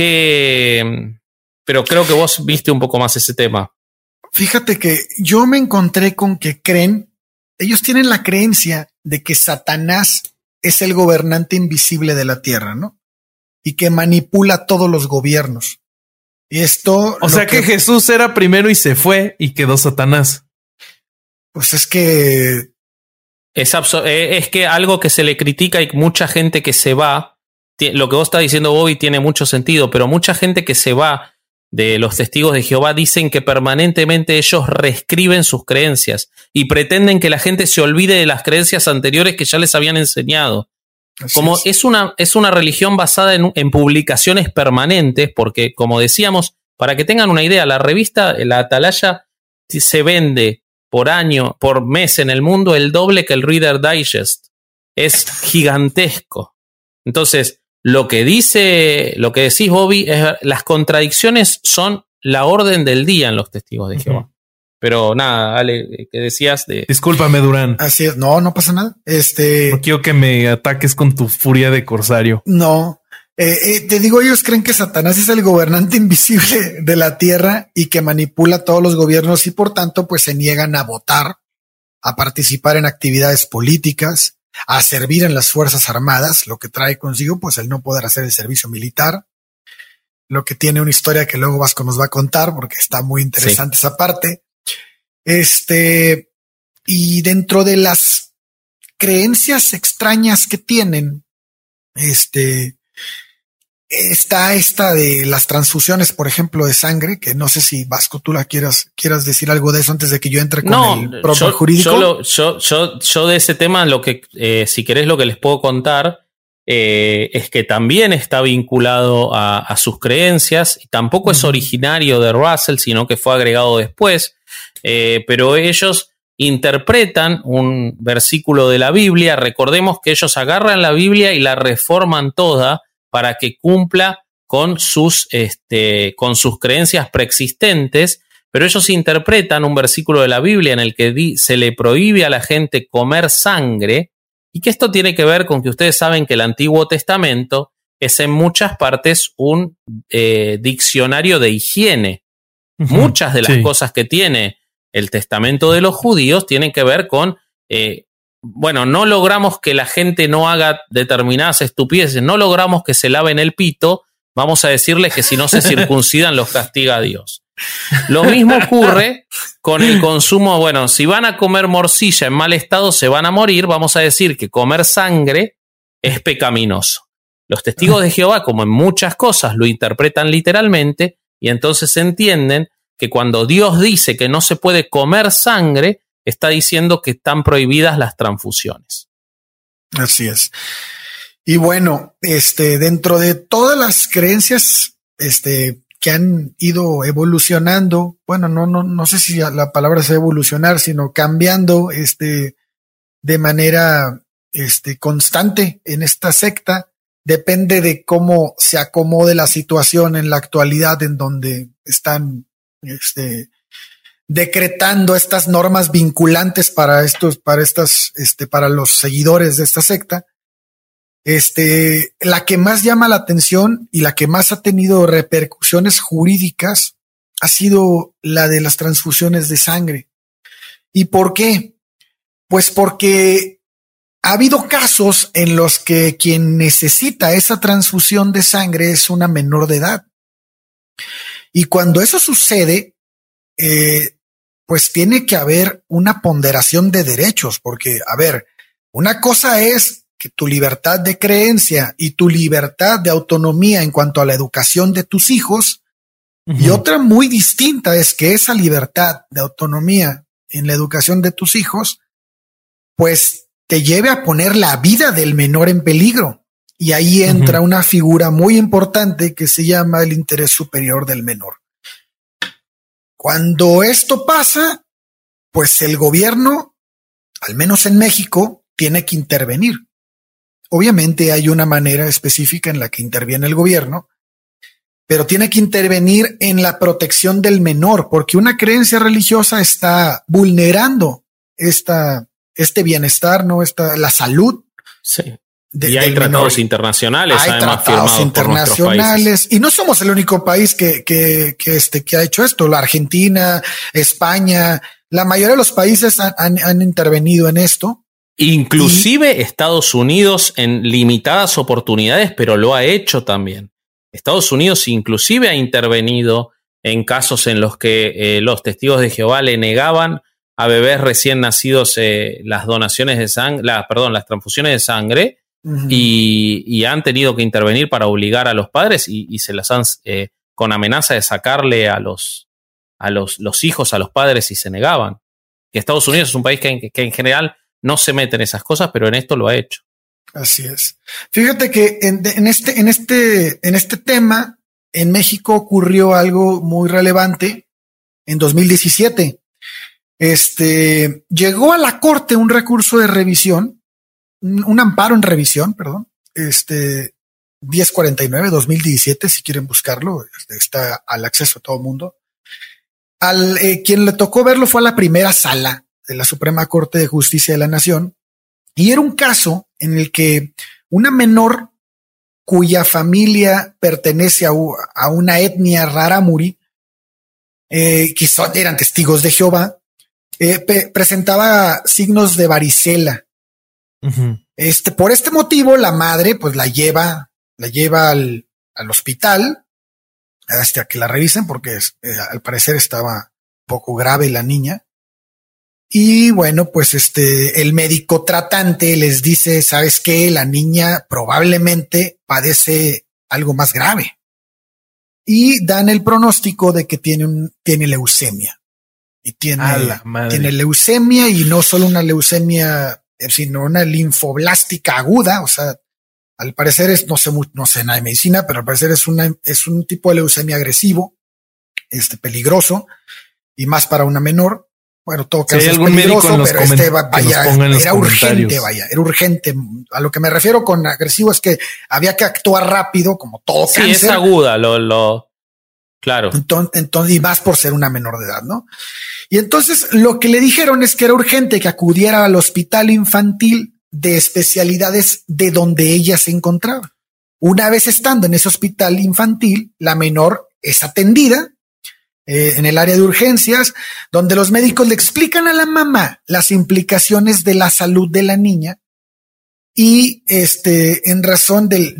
Speaker 4: creo que vos viste un poco más ese tema.
Speaker 2: Fíjate que yo me encontré con que ellos tienen la creencia de que Satanás es el gobernante invisible de la tierra, ¿no? Y que manipula todos los gobiernos. Y esto...
Speaker 3: O sea que Jesús era primero y se fue y quedó Satanás.
Speaker 2: Pues es que...
Speaker 4: Es que algo que se le critica y mucha gente que se va, lo que vos estás diciendo, Bobby, tiene mucho sentido, pero mucha gente que se va de los testigos de Jehová dicen que permanentemente ellos reescriben sus creencias y pretenden que la gente se olvide de las creencias anteriores que ya les habían enseñado. Como es una religión basada en publicaciones permanentes, porque, como decíamos, para que tengan una idea, la revista La Atalaya se vende por mes en el mundo el doble que el Reader Digest. Es gigantesco. Entonces, lo que decís, Bobby, es las contradicciones son la orden del día en los testigos de Jehová. Pero nada, Ale, ¿qué decías de...?
Speaker 3: Discúlpame, Durán.
Speaker 2: Así es. No pasa nada.
Speaker 3: No quiero que me ataques con tu furia de corsario.
Speaker 2: No. Te digo, ellos creen que Satanás es el gobernante invisible de la tierra y que manipula todos los gobiernos y por tanto pues se niegan a votar, a participar en actividades políticas, a servir en las Fuerzas Armadas, lo que trae consigo pues el no poder hacer el servicio militar, lo que tiene una historia que luego Vasco nos va a contar porque está muy interesante esa parte. Y dentro de las creencias extrañas que tienen, está esta de las transfusiones, por ejemplo, de sangre, que no sé si Vasco tú quieras decir algo de eso antes de que yo entre con el propio jurídico.
Speaker 4: Yo de ese tema, lo que si querés lo que les puedo contar es que también está vinculado a sus creencias y tampoco es originario de Russell, sino que fue agregado después, pero ellos interpretan un versículo de la Biblia. Recordemos que ellos agarran la Biblia y la reforman toda para que cumpla con sus creencias preexistentes, pero ellos interpretan un versículo de la Biblia en el que se le prohíbe a la gente comer sangre, y que esto tiene que ver con que ustedes saben que el Antiguo Testamento es en muchas partes un diccionario de higiene. Muchas de las cosas que tiene el Testamento de los judíos tienen que ver con... no logramos que la gente no haga determinadas estupideces, no logramos que se laven el pito, vamos a decirles que si no se circuncidan los castiga a Dios. Lo mismo ocurre con el consumo, si van a comer morcilla en mal estado se van a morir, vamos a decir que comer sangre es pecaminoso. Los testigos de Jehová, como en muchas cosas, lo interpretan literalmente y entonces entienden que cuando Dios dice que no se puede comer sangre, está diciendo que están prohibidas las transfusiones. Así
Speaker 2: es. Y bueno, dentro de todas las creencias, que han ido evolucionando, no sé si la palabra es evolucionar, sino cambiando, de manera, constante en esta secta, depende de cómo se acomode la situación en la actualidad en donde están, decretando estas normas vinculantes para los seguidores de esta secta. La que más llama la atención y la que más ha tenido repercusiones jurídicas ha sido la de las transfusiones de sangre. ¿Y por qué? Pues porque ha habido casos en los que quien necesita esa transfusión de sangre es una menor de edad. Y cuando eso sucede, pues tiene que haber una ponderación de derechos, porque, una cosa es que tu libertad de creencia y tu libertad de autonomía en cuanto a la educación de tus hijos, y otra muy distinta es que esa libertad de autonomía en la educación de tus hijos, pues te lleve a poner la vida del menor en peligro. Y ahí entra una figura muy importante que se llama el interés superior del menor. Cuando esto pasa, pues el gobierno, al menos en México, tiene que intervenir. Obviamente hay una manera específica en la que interviene el gobierno, pero tiene que intervenir en la protección del menor, porque una creencia religiosa está vulnerando este bienestar, ¿no? La salud.
Speaker 4: Sí. Y hay tratados internacionales,
Speaker 2: hay
Speaker 4: además
Speaker 2: tratados
Speaker 4: firmados
Speaker 2: internacionales, y no somos el único país que ha hecho esto. La Argentina, España, la mayoría de los países han intervenido en esto.
Speaker 4: Inclusive Estados Unidos en limitadas oportunidades, pero lo ha hecho también. Estados Unidos inclusive ha intervenido en casos en los que los testigos de Jehová le negaban a bebés recién nacidos las donaciones de sangre, las transfusiones de sangre. Uh-huh. Y han tenido que intervenir para obligar a los padres y se las han con amenaza de sacarle a los hijos a los padres si se negaban. Que Estados Unidos es un país que en general no se mete en esas cosas, pero en esto lo ha hecho.
Speaker 2: Así es. Fíjate que en este tema en México ocurrió algo muy relevante en 2017. Llegó a la corte un recurso de revisión, un amparo en revisión, perdón, 1049-2017, si quieren buscarlo, está al acceso a todo el mundo. Quien le tocó verlo fue a la primera sala de la Suprema Corte de Justicia de la Nación, y era un caso en el que una menor cuya familia pertenece a una etnia rarámuri, que eran testigos de Jehová, presentaba signos de varicela. Uh-huh. Por este motivo, la madre pues la lleva al hospital a que la revisen, porque al parecer estaba un poco grave la niña. Y bueno, pues el médico tratante les dice, ¿sabes qué? La niña probablemente padece algo más grave. Y dan el pronóstico de que tiene leucemia. Y tiene leucemia, y no solo una leucemia, sino una linfoblástica aguda. O sea, al parecer no sé nada de medicina, pero al parecer es un tipo de leucemia agresivo, peligroso, y más para una menor. Bueno, todo caso es peligroso, pero era urgente. A lo que me refiero con agresivo es que había que actuar rápido, como todo cáncer.
Speaker 4: Sí, es aguda, claro.
Speaker 2: Entonces, y más por ser una menor de edad, ¿no? Y entonces lo que le dijeron es que era urgente que acudiera al hospital infantil de especialidades de donde ella se encontraba. Una vez estando en ese hospital infantil, la menor es atendida en el área de urgencias, donde los médicos le explican a la mamá las implicaciones de la salud de la niña y en razón del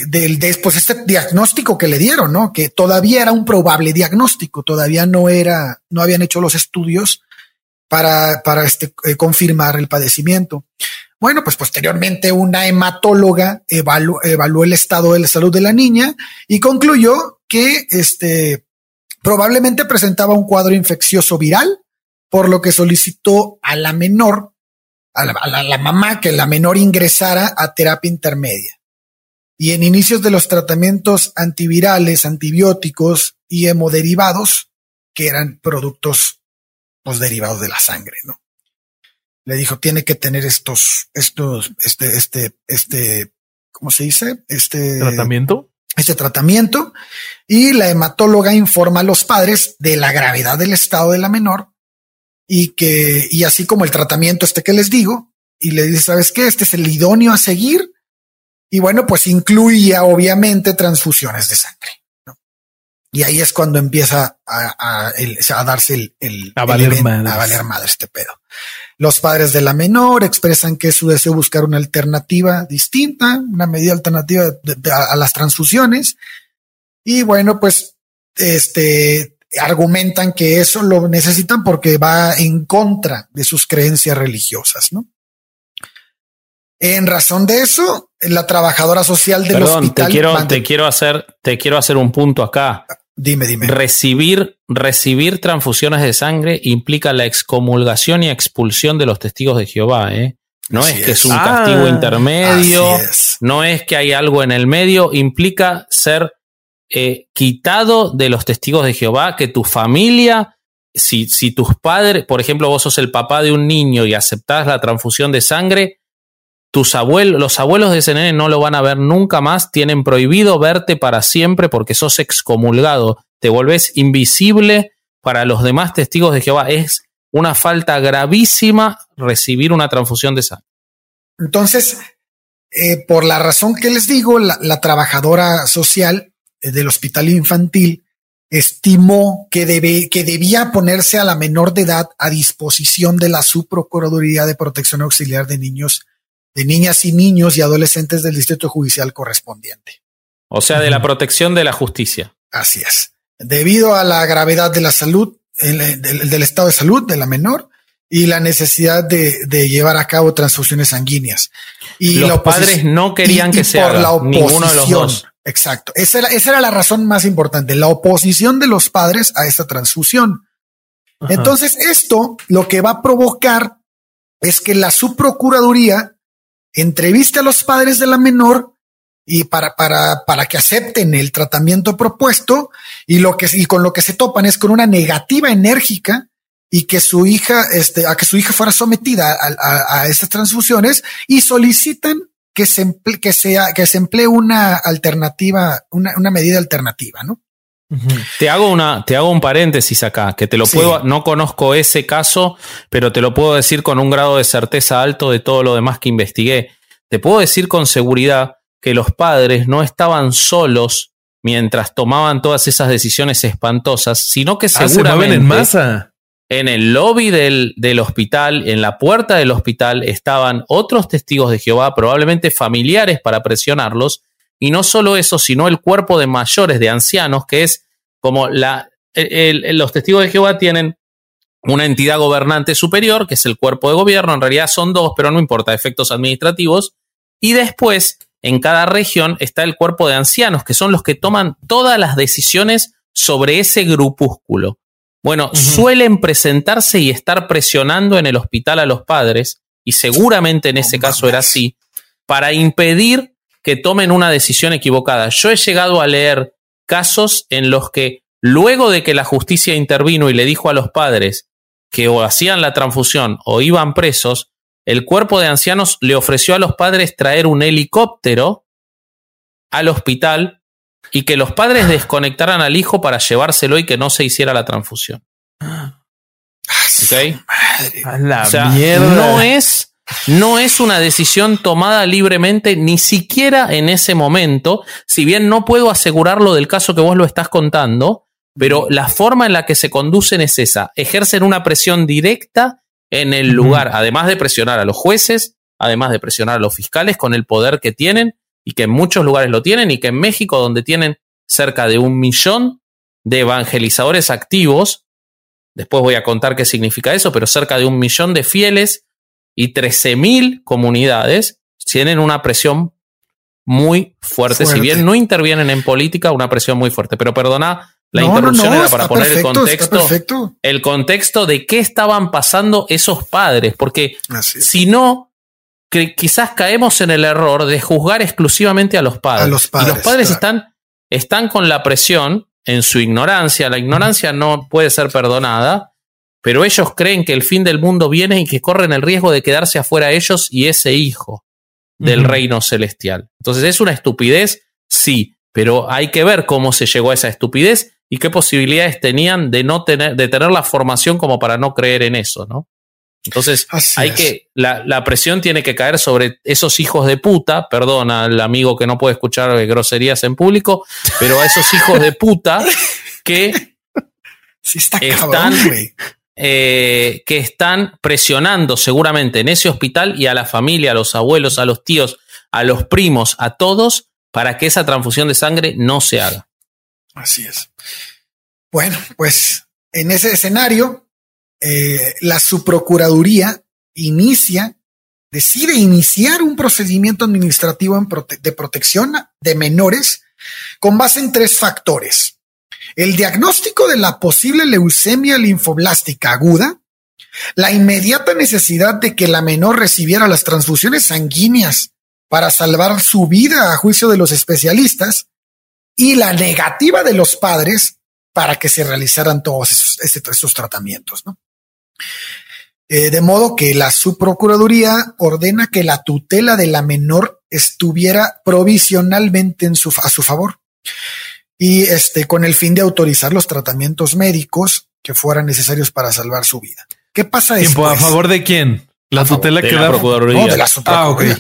Speaker 2: diagnóstico que le dieron, ¿no? Que todavía era un probable diagnóstico, todavía no habían hecho los estudios para confirmar el padecimiento. Bueno, pues posteriormente una hematóloga evaluó el estado de la salud de la niña y concluyó que probablemente presentaba un cuadro infeccioso viral, por lo que solicitó a la menor, a la mamá, que la menor ingresara a terapia intermedia. Y en inicios de los tratamientos antivirales, antibióticos y hemoderivados, que eran productos derivados de la sangre, ¿no? Le dijo, tiene que tener ¿cómo se dice?
Speaker 3: ¿Tratamiento?
Speaker 2: Este tratamiento, y la hematóloga informa a los padres de la gravedad del estado de la menor y así como el tratamiento que les digo, y le dice, ¿sabes qué? Este es el idóneo a seguir, y bueno, pues incluía obviamente transfusiones de sangre, ¿no? Y ahí es cuando empieza a darse a valer madre este pedo. Los padres de la menor expresan que es su deseo buscar una alternativa distinta, una medida alternativa a las transfusiones. Y bueno, pues argumentan que eso lo necesitan porque va en contra de sus creencias religiosas, ¿no? En razón de eso, la trabajadora social del hospital...
Speaker 4: Te quiero hacer un punto acá.
Speaker 2: Dime.
Speaker 4: Recibir transfusiones de sangre implica la excomulgación y expulsión de los testigos de Jehová, ¿eh? No es que es un castigo intermedio, no es que hay algo en el medio, implica ser quitado de los testigos de Jehová, que tu familia si tus padres, por ejemplo, vos sos el papá de un niño y aceptás la transfusión de sangre, los abuelos de ese nene no lo van a ver nunca más, tienen prohibido verte para siempre porque sos excomulgado, te volvés invisible para los demás testigos de Jehová. Es una falta gravísima recibir una transfusión de sangre.
Speaker 2: Entonces, por la razón que les digo, la trabajadora social del hospital infantil estimó que debía ponerse a la menor de edad a disposición de la Subprocuraduría de Protección Auxiliar de niñas y niños y adolescentes del distrito judicial correspondiente.
Speaker 4: O sea, de la protección de la justicia.
Speaker 2: Así es. Debido a la gravedad de la salud, del estado de salud de la menor y la necesidad de llevar a cabo transfusiones sanguíneas. Y
Speaker 4: los padres no querían que se haga ninguno de los dos.
Speaker 2: Exacto. Esa era la razón más importante, la oposición de los padres a esta transfusión. Ajá. Entonces, esto lo que va a provocar es que la Subprocuraduría entreviste a los padres de la menor y para que acepten el tratamiento propuesto y con lo que se topan es con una negativa enérgica y que su hija, a que su hija fuera sometida a estas transfusiones y solicitan que se emplee una alternativa, una medida alternativa, ¿no?
Speaker 4: Te hago un paréntesis acá, que te lo puedo, no conozco ese caso, pero te lo puedo decir con un grado de certeza alto de todo lo demás que investigué. Te puedo decir con seguridad que los padres no estaban solos mientras tomaban todas esas decisiones espantosas, sino que seguramente
Speaker 3: en masa.
Speaker 4: En el lobby del hospital, en la puerta del hospital, estaban otros testigos de Jehová, probablemente familiares para presionarlos. Y no solo eso, sino el cuerpo de mayores, de ancianos, que es como los testigos de Jehová tienen una entidad gobernante superior, que es el cuerpo de gobierno. En realidad son dos, pero no importa, efectos administrativos. Y después, en cada región, está el cuerpo de ancianos, que son los que toman todas las decisiones sobre ese grupúsculo. Bueno, suelen presentarse y estar presionando en el hospital a los padres, y seguramente en ese caso era así, para impedir que tomen una decisión equivocada. Yo he llegado a leer casos en los que luego de que la justicia intervino y le dijo a los padres que o hacían la transfusión o iban presos, el cuerpo de ancianos le ofreció a los padres traer un helicóptero al hospital y que los padres desconectaran al hijo para llevárselo y que no se hiciera la transfusión. ¿Ok?
Speaker 3: A la
Speaker 4: o sea,
Speaker 3: mierda.
Speaker 4: no es una decisión tomada libremente, ni siquiera en ese momento, si bien no puedo asegurarlo del caso que vos lo estás contando, pero la forma en la que se conducen es esa, ejercen una presión directa en el lugar, además de presionar a los jueces, además de presionar a los fiscales con el poder que tienen, y que en muchos lugares lo tienen, y que en México, donde tienen cerca de 1 millón de evangelizadores activos, después voy a contar qué significa eso, pero cerca de 1 millón de fieles y 13,000 comunidades tienen una presión muy fuerte. Si bien no intervienen en política, una presión muy fuerte. Pero perdona, la interrupción era para poner el contexto de qué estaban pasando esos padres, porque si no, quizás caemos en el error de juzgar exclusivamente a los padres. Y los padres están con la presión en su ignorancia. La ignorancia no puede ser perdonada, pero ellos creen que el fin del mundo viene y que corren el riesgo de quedarse afuera ellos y ese hijo del reino celestial. Entonces, ¿es una estupidez? Sí, pero hay que ver cómo se llegó a esa estupidez y qué posibilidades tenían de tener la formación como para no creer en eso, ¿no? Entonces, la presión tiene que caer sobre esos hijos de puta, perdón al amigo que no puede escuchar groserías en público, pero a esos hijos de puta que están presionando seguramente en ese hospital y a la familia, a los abuelos, a los tíos, a los primos, a todos, para que esa transfusión de sangre no se haga.
Speaker 2: Así es. Bueno, pues en ese escenario, la Subprocuraduría decide iniciar un procedimiento administrativo de protección de menores con base en 3 factores. El diagnóstico de la posible leucemia linfoblástica aguda, la inmediata necesidad de que la menor recibiera las transfusiones sanguíneas para salvar su vida a juicio de los especialistas y la negativa de los padres para que se realizaran todos esos tratamientos, ¿no? De modo que la subprocuraduría ordena que la tutela de la menor estuviera provisionalmente a su favor y con el fin de autorizar los tratamientos médicos que fueran necesarios para salvar su vida. ¿Qué pasa después?
Speaker 3: ¿A favor de quién? ¿La tutela que da?
Speaker 2: No, de la subprocuraduría.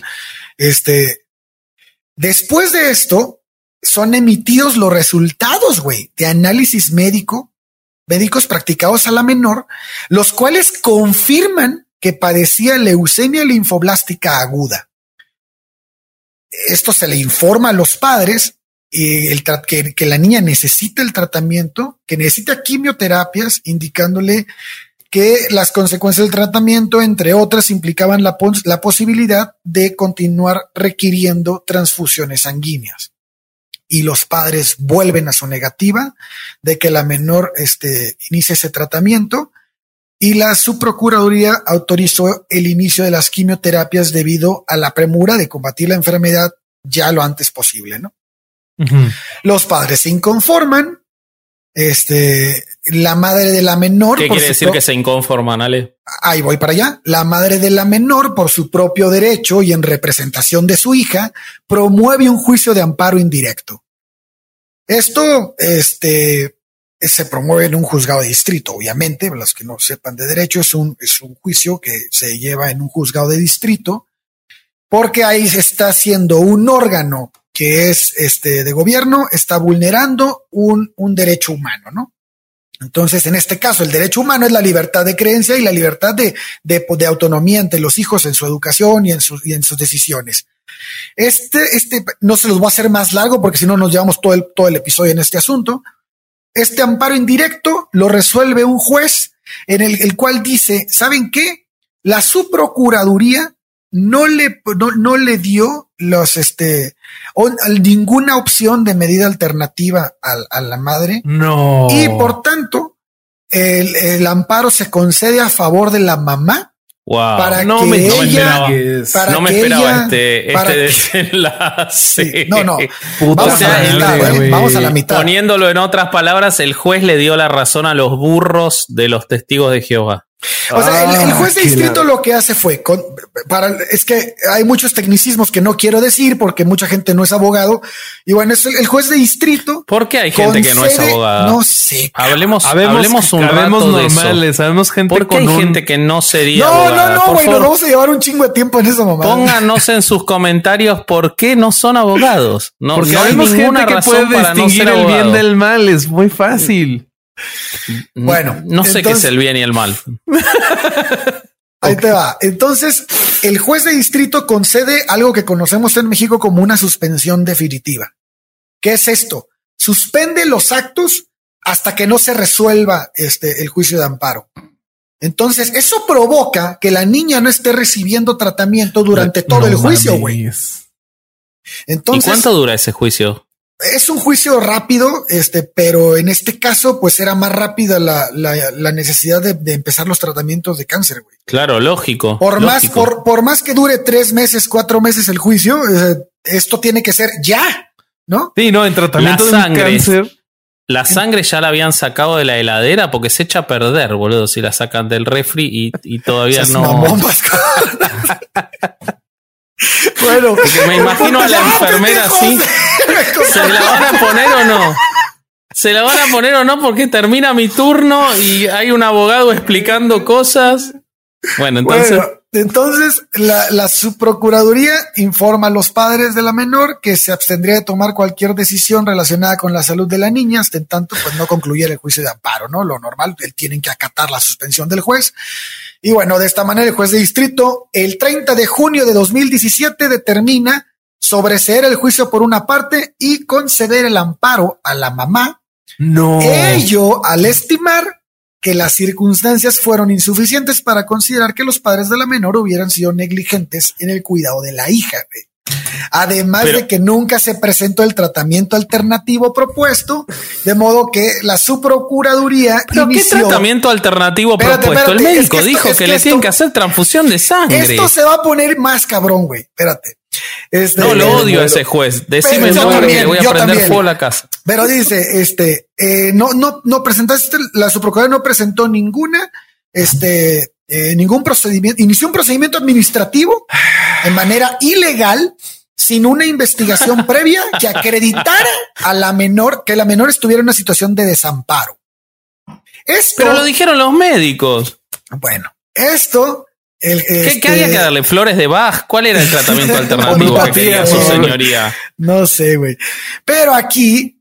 Speaker 2: Después de esto, son emitidos los resultados, de análisis médicos practicados a la menor, los cuales confirman que padecía leucemia linfoblástica aguda. Esto se le informa a los padres que la niña necesita el tratamiento, que necesita quimioterapias, indicándole que las consecuencias del tratamiento, entre otras, implicaban la posibilidad de continuar requiriendo transfusiones sanguíneas. Y los padres vuelven a su negativa de que la menor inicie ese tratamiento, y la subprocuraduría autorizó el inicio de las quimioterapias debido a la premura de combatir la enfermedad ya lo antes posible, ¿no? Uh-huh. Los padres se inconforman. La madre de la menor.
Speaker 4: ¿Qué quiere decir que se inconforman, Ale?
Speaker 2: Ahí voy para allá. La madre de la menor, por su propio derecho y en representación de su hija, promueve un juicio de amparo indirecto. Esto, se promueve en un juzgado de distrito. Obviamente, los que no sepan de derecho, es un juicio que se lleva en un juzgado de distrito, porque ahí se está haciendo un órgano que es de gobierno, está vulnerando un derecho humano, ¿no? Entonces, en este caso, el derecho humano es la libertad de creencia y la libertad de autonomía entre los hijos en su educación y en sus decisiones. No se los voy a hacer más largo porque si no nos llevamos todo el episodio en este asunto. Este amparo indirecto lo resuelve un juez en el cual dice, ¿saben qué? La subprocuraduría no le dio ninguna opción de medida alternativa a la madre.
Speaker 3: No.
Speaker 2: Y por tanto, el amparo se concede a favor de la mamá.
Speaker 4: Wow.
Speaker 2: No me esperaba este
Speaker 4: desenlace.
Speaker 2: Sí, no.
Speaker 4: Vamos a la mitad. Poniéndolo en otras palabras, el juez le dio la razón a los burros de los testigos de Jehová.
Speaker 2: O sea, el juez de distrito lo que hace fue, es que hay muchos tecnicismos que no quiero decir porque mucha gente no es abogado. Y bueno, es el juez de distrito.
Speaker 4: ¿Por qué hay gente que no es abogada?
Speaker 2: No sé.
Speaker 4: Hablemos un rato
Speaker 3: normales,
Speaker 4: de eso.
Speaker 3: Sabemos gente
Speaker 4: ¿Por qué hay gente que no sería abogada?
Speaker 2: No, güey, nos vamos a llevar un chingo de tiempo en eso, mamá.
Speaker 4: Pónganos en sus comentarios por qué no son abogados.
Speaker 3: Porque
Speaker 4: no hay ninguna razón para no ser
Speaker 3: el
Speaker 4: abogado.
Speaker 3: bien del mal, es muy fácil.
Speaker 2: Bueno,
Speaker 4: no sé qué es el bien y el mal.
Speaker 2: Ahí te va. Entonces, el juez de distrito concede algo que conocemos en México como una suspensión definitiva. ¿Qué es esto? Suspende los actos hasta que no se resuelva el juicio de amparo. Entonces, eso provoca que la niña no esté recibiendo tratamiento durante todo el juicio, güey. Entonces,
Speaker 4: ¿y cuánto dura ese juicio?
Speaker 2: Es un juicio rápido, pero en este caso, pues era más rápida la necesidad de empezar los tratamientos de cáncer, güey.
Speaker 4: Claro, lógico.
Speaker 2: Por más que dure 3 meses, 4 meses el juicio, esto tiene que ser ya, ¿no?
Speaker 3: Sí, no, en tratamiento de cáncer.
Speaker 4: La sangre ya la habían sacado de la heladera porque se echa a perder, boludo, si la sacan del refri y todavía no.
Speaker 2: Bueno,
Speaker 4: porque me imagino a la enfermera así. ¿Se la van a poner o no? ¿Se la van a poner o no? Porque termina mi turno y hay un abogado explicando cosas. Bueno,
Speaker 2: entonces la subprocuraduría informa a los padres de la menor que se abstendría de tomar cualquier decisión relacionada con la salud de la niña hasta en tanto pues no concluyera el juicio de amparo, ¿no? Lo normal, tienen que acatar la suspensión del juez. Y bueno, de esta manera el juez de distrito el 30 de junio de 2017 determina sobreseer el juicio por una parte y conceder el amparo a la mamá.
Speaker 3: No.
Speaker 2: Ello al estimar que las circunstancias fueron insuficientes para considerar que los padres de la menor hubieran sido negligentes en el cuidado de la hija. Además de que nunca se presentó el tratamiento alternativo propuesto, de modo que la subprocuraduría inició...
Speaker 4: ¿Qué tratamiento alternativo propuesto? El médico dijo que le tienen que hacer transfusión de sangre.
Speaker 2: Esto se va a poner más cabrón, güey. Espérate.
Speaker 4: No, lo odio a ese juez. Decime el nombre que le voy a prender fuego a la casa.
Speaker 2: Pero dice, no presentaste, la subprocuradora no presentó ningún procedimiento, inició un procedimiento administrativo de manera ilegal, sin una investigación previa que acreditara a la menor, que la menor estuviera en una situación de desamparo.
Speaker 4: Pero lo dijeron los médicos.
Speaker 2: Bueno, esto...
Speaker 4: ¿Qué había que darle? ¿Flores de Bach? ¿Cuál era el tratamiento alternativo que quería su señoría?
Speaker 2: No sé, güey. Pero aquí,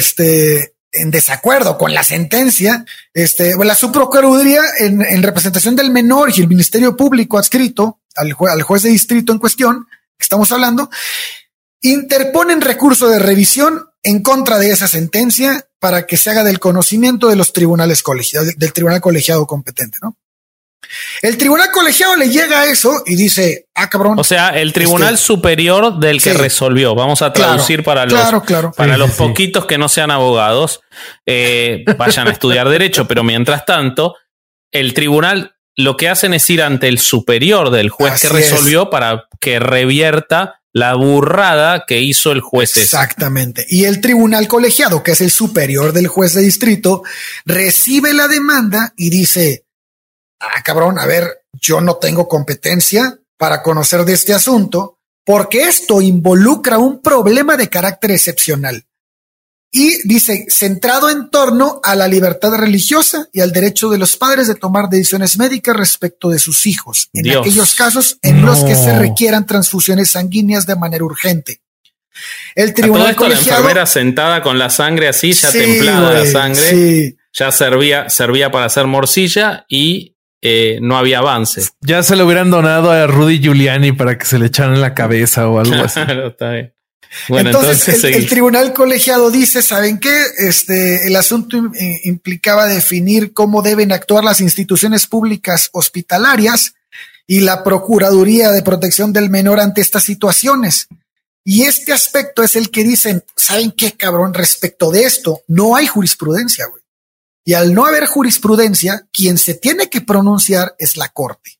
Speaker 2: en desacuerdo con la sentencia, la subprocuraduría en representación del menor y el Ministerio Público adscrito al juez de distrito en cuestión, que estamos hablando, interponen recurso de revisión en contra de esa sentencia para que se haga del conocimiento de los tribunales colegiados, del tribunal colegiado competente, ¿no? El tribunal colegiado le llega a eso y dice, cabrón.
Speaker 4: O sea, el tribunal superior del que resolvió. Vamos a traducir para los poquitos que no sean abogados, vayan a estudiar derecho, pero mientras tanto, el tribunal lo que hacen es ir ante el superior del juez que resolvió para que revierta la burrada que hizo el juez.
Speaker 2: Exactamente. Y el tribunal colegiado, que es el superior del juez de distrito, recibe la demanda y dice, cabrón, a ver, yo no tengo competencia para conocer de este asunto porque esto involucra un problema de carácter excepcional. Y dice, centrado en torno a la libertad religiosa y al derecho de los padres de tomar decisiones médicas respecto de sus hijos, en aquellos casos en los que se requieran transfusiones sanguíneas de manera urgente. El tribunal colegiado,
Speaker 4: la enfermera sentada con la sangre así, ya templada la sangre, ya servía para hacer morcilla y no había avance.
Speaker 3: Ya se lo hubieran donado a Rudy Giuliani para que se le echaran en la cabeza o algo así.
Speaker 4: Claro, está bien. Bueno,
Speaker 2: entonces el tribunal colegiado dice, ¿saben qué? El asunto implicaba definir cómo deben actuar las instituciones públicas hospitalarias y la Procuraduría de Protección del Menor ante estas situaciones. Y este aspecto es el que dicen, ¿saben qué, cabrón? Respecto de esto, no hay jurisprudencia, güey. Y al no haber jurisprudencia, quien se tiene que pronunciar es la Corte.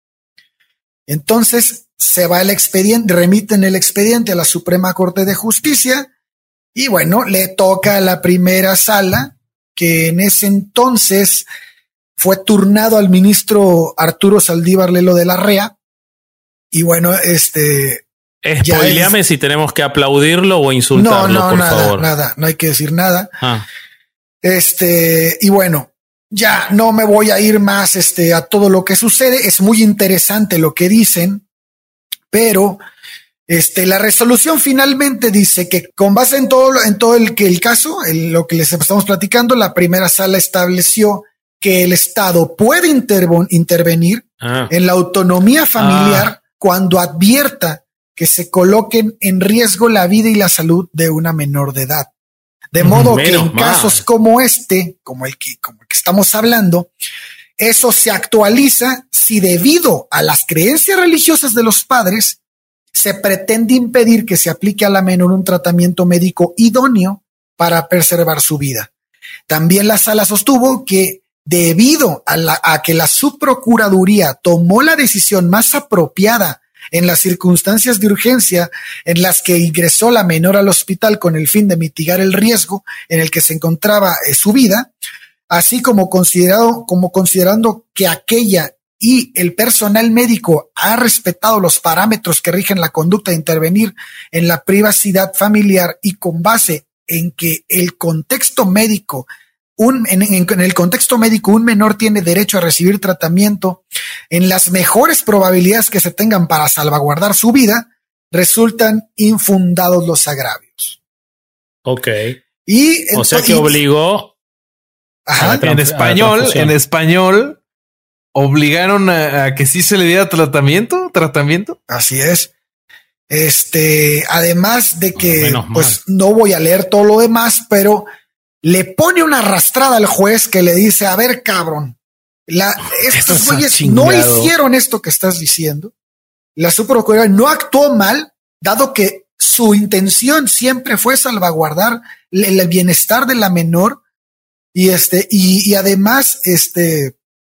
Speaker 2: Entonces se va el expediente, remiten el expediente a la Suprema Corte de Justicia y bueno, le toca a la primera sala, que en ese entonces fue turnado al ministro Arturo Saldívar Lelo de la Rea. Y bueno,
Speaker 4: spoileame si tenemos que aplaudirlo o insultarlo, por favor.
Speaker 2: Nada, no hay que decir nada. Y bueno, ya no me voy a ir más a todo lo que sucede. Es muy interesante lo que dicen, pero la resolución finalmente dice que con base en todo el caso, lo que les estamos platicando, la primera sala estableció que el Estado puede intervenir en la autonomía familiar cuando advierta que se coloquen en riesgo la vida y la salud de una menor de edad. De modo que en casos como el que estamos hablando, eso se actualiza si debido a las creencias religiosas de los padres se pretende impedir que se aplique a la menor un tratamiento médico idóneo para preservar su vida. También la sala sostuvo que debido a que la subprocuraduría tomó la decisión más apropiada en las circunstancias de urgencia en las que ingresó la menor al hospital con el fin de mitigar el riesgo en el que se encontraba su vida, así como considerando que aquella y el personal médico ha respetado los parámetros que rigen la conducta de intervenir en la privacidad familiar y con base en que el contexto médico en el contexto médico, un menor tiene derecho a recibir tratamiento en las mejores probabilidades que se tengan para salvaguardar su vida, resultan infundados los agravios.
Speaker 4: Ok. O sea que obligó.
Speaker 3: En español, obligaron a que sí se le diera tratamiento.
Speaker 2: Así es. Además de que, pues no voy a leer todo lo demás, pero le pone una arrastrada al juez que le dice, a ver, cabrón, estos güeyes no hicieron esto que estás diciendo. La subprocuraduría no actuó mal, dado que su intención siempre fue salvaguardar el bienestar de la menor y además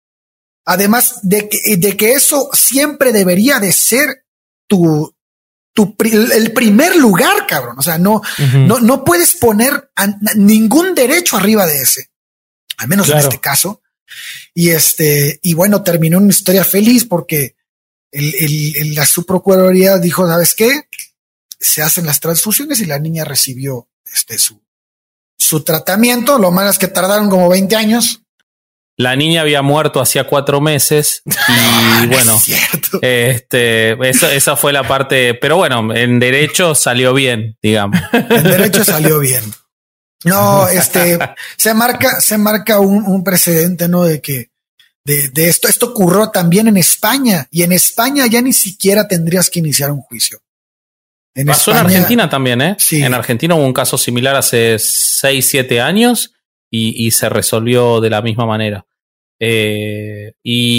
Speaker 2: de que eso siempre debería de ser tu el primer lugar, cabrón. O sea, no puedes poner ningún derecho arriba de ese, al menos en este caso. Y bueno, terminó una historia feliz porque la subprocuraduría dijo, ¿sabes qué? Se hacen las transfusiones y la niña recibió su tratamiento. Lo malo es que tardaron como 20 años.
Speaker 4: La niña había muerto hacía 4 meses y bueno, esa fue la parte, pero bueno, en derecho salió bien, digamos.
Speaker 2: En derecho salió bien. No, se marca un precedente, ¿no? De que de esto ocurrió también en España, y en España ya ni siquiera tendrías que iniciar un juicio.
Speaker 4: Pasó en Argentina también, ¿eh?
Speaker 2: Sí.
Speaker 4: En Argentina hubo un caso similar hace 6-7 años y se resolvió de la misma manera. Pero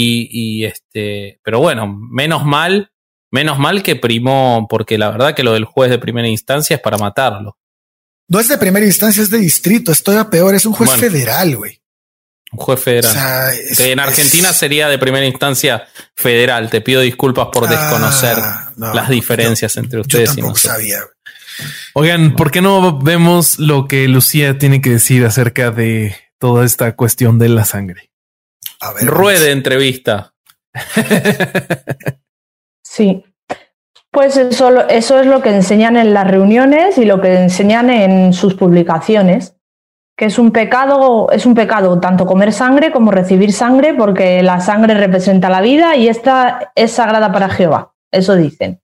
Speaker 4: bueno, menos mal que primó, porque la verdad que lo del juez de primera instancia es para matarlo.
Speaker 2: No es de primera instancia, es de distrito. Esto es peor, es un juez federal, güey.
Speaker 4: Un juez federal. O sea, en Argentina sería de primera instancia federal. Te pido disculpas por desconocer las diferencias entre ustedes.
Speaker 2: Yo tampoco sabía.
Speaker 3: Oigan, ¿por qué no vemos lo que Lucía tiene que decir acerca de toda esta cuestión de la sangre?
Speaker 2: A ver,
Speaker 4: ruede entrevista.
Speaker 5: Sí. Pues eso es lo que enseñan en las reuniones y lo que enseñan en sus publicaciones, que es un pecado tanto comer sangre como recibir sangre, porque la sangre representa la vida y esta es sagrada para Jehová, eso dicen.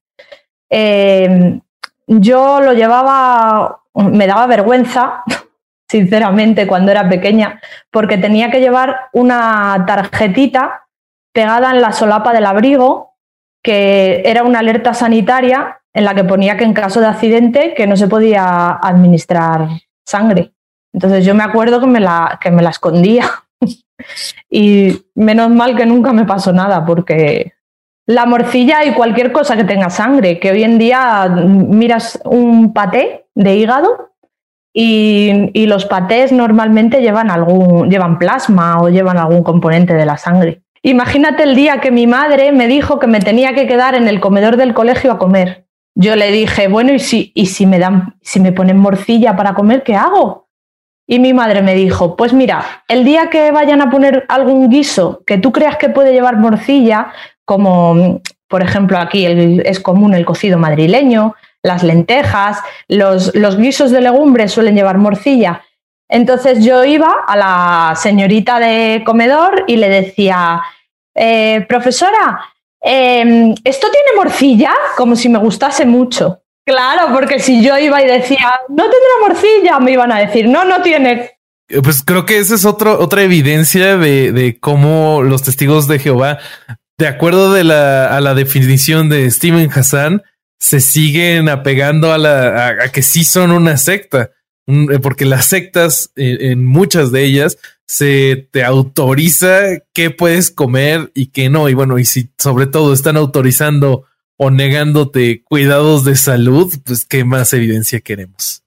Speaker 5: Yo lo llevaba, me daba vergüenza, sinceramente, cuando era pequeña, porque tenía que llevar una tarjetita pegada en la solapa del abrigo, que era una alerta sanitaria en la que ponía que en caso de accidente que no se podía administrar sangre. Entonces yo me acuerdo que me la escondía y menos mal que nunca me pasó nada, porque la morcilla y cualquier cosa que tenga sangre, que hoy en día miras un paté de hígado y los patés normalmente llevan plasma o llevan algún componente de la sangre. Imagínate el día que mi madre me dijo que me tenía que quedar en el comedor del colegio a comer. Yo le dije, bueno, ¿y si me ponen morcilla para comer, qué hago? Y mi madre me dijo, pues mira, el día que vayan a poner algún guiso que tú creas que puede llevar morcilla, como por ejemplo aquí es común el cocido madrileño, las lentejas, los guisos de legumbres suelen llevar morcilla. Entonces yo iba a la señorita de comedor y le decía, profesora, ¿esto tiene morcilla? Como si me gustase mucho. Claro, porque si yo iba y decía, no tendrá morcilla, me iban a decir, no tiene.
Speaker 3: Pues creo que esa es otra evidencia de cómo los testigos de Jehová, de acuerdo a la definición de Steven Hassan, se siguen apegando a que sí son una secta. Porque las sectas, en muchas de ellas, se te autoriza qué puedes comer y qué no. Y bueno, y si sobre todo están autorizando o negándote cuidados de salud, pues qué más evidencia queremos.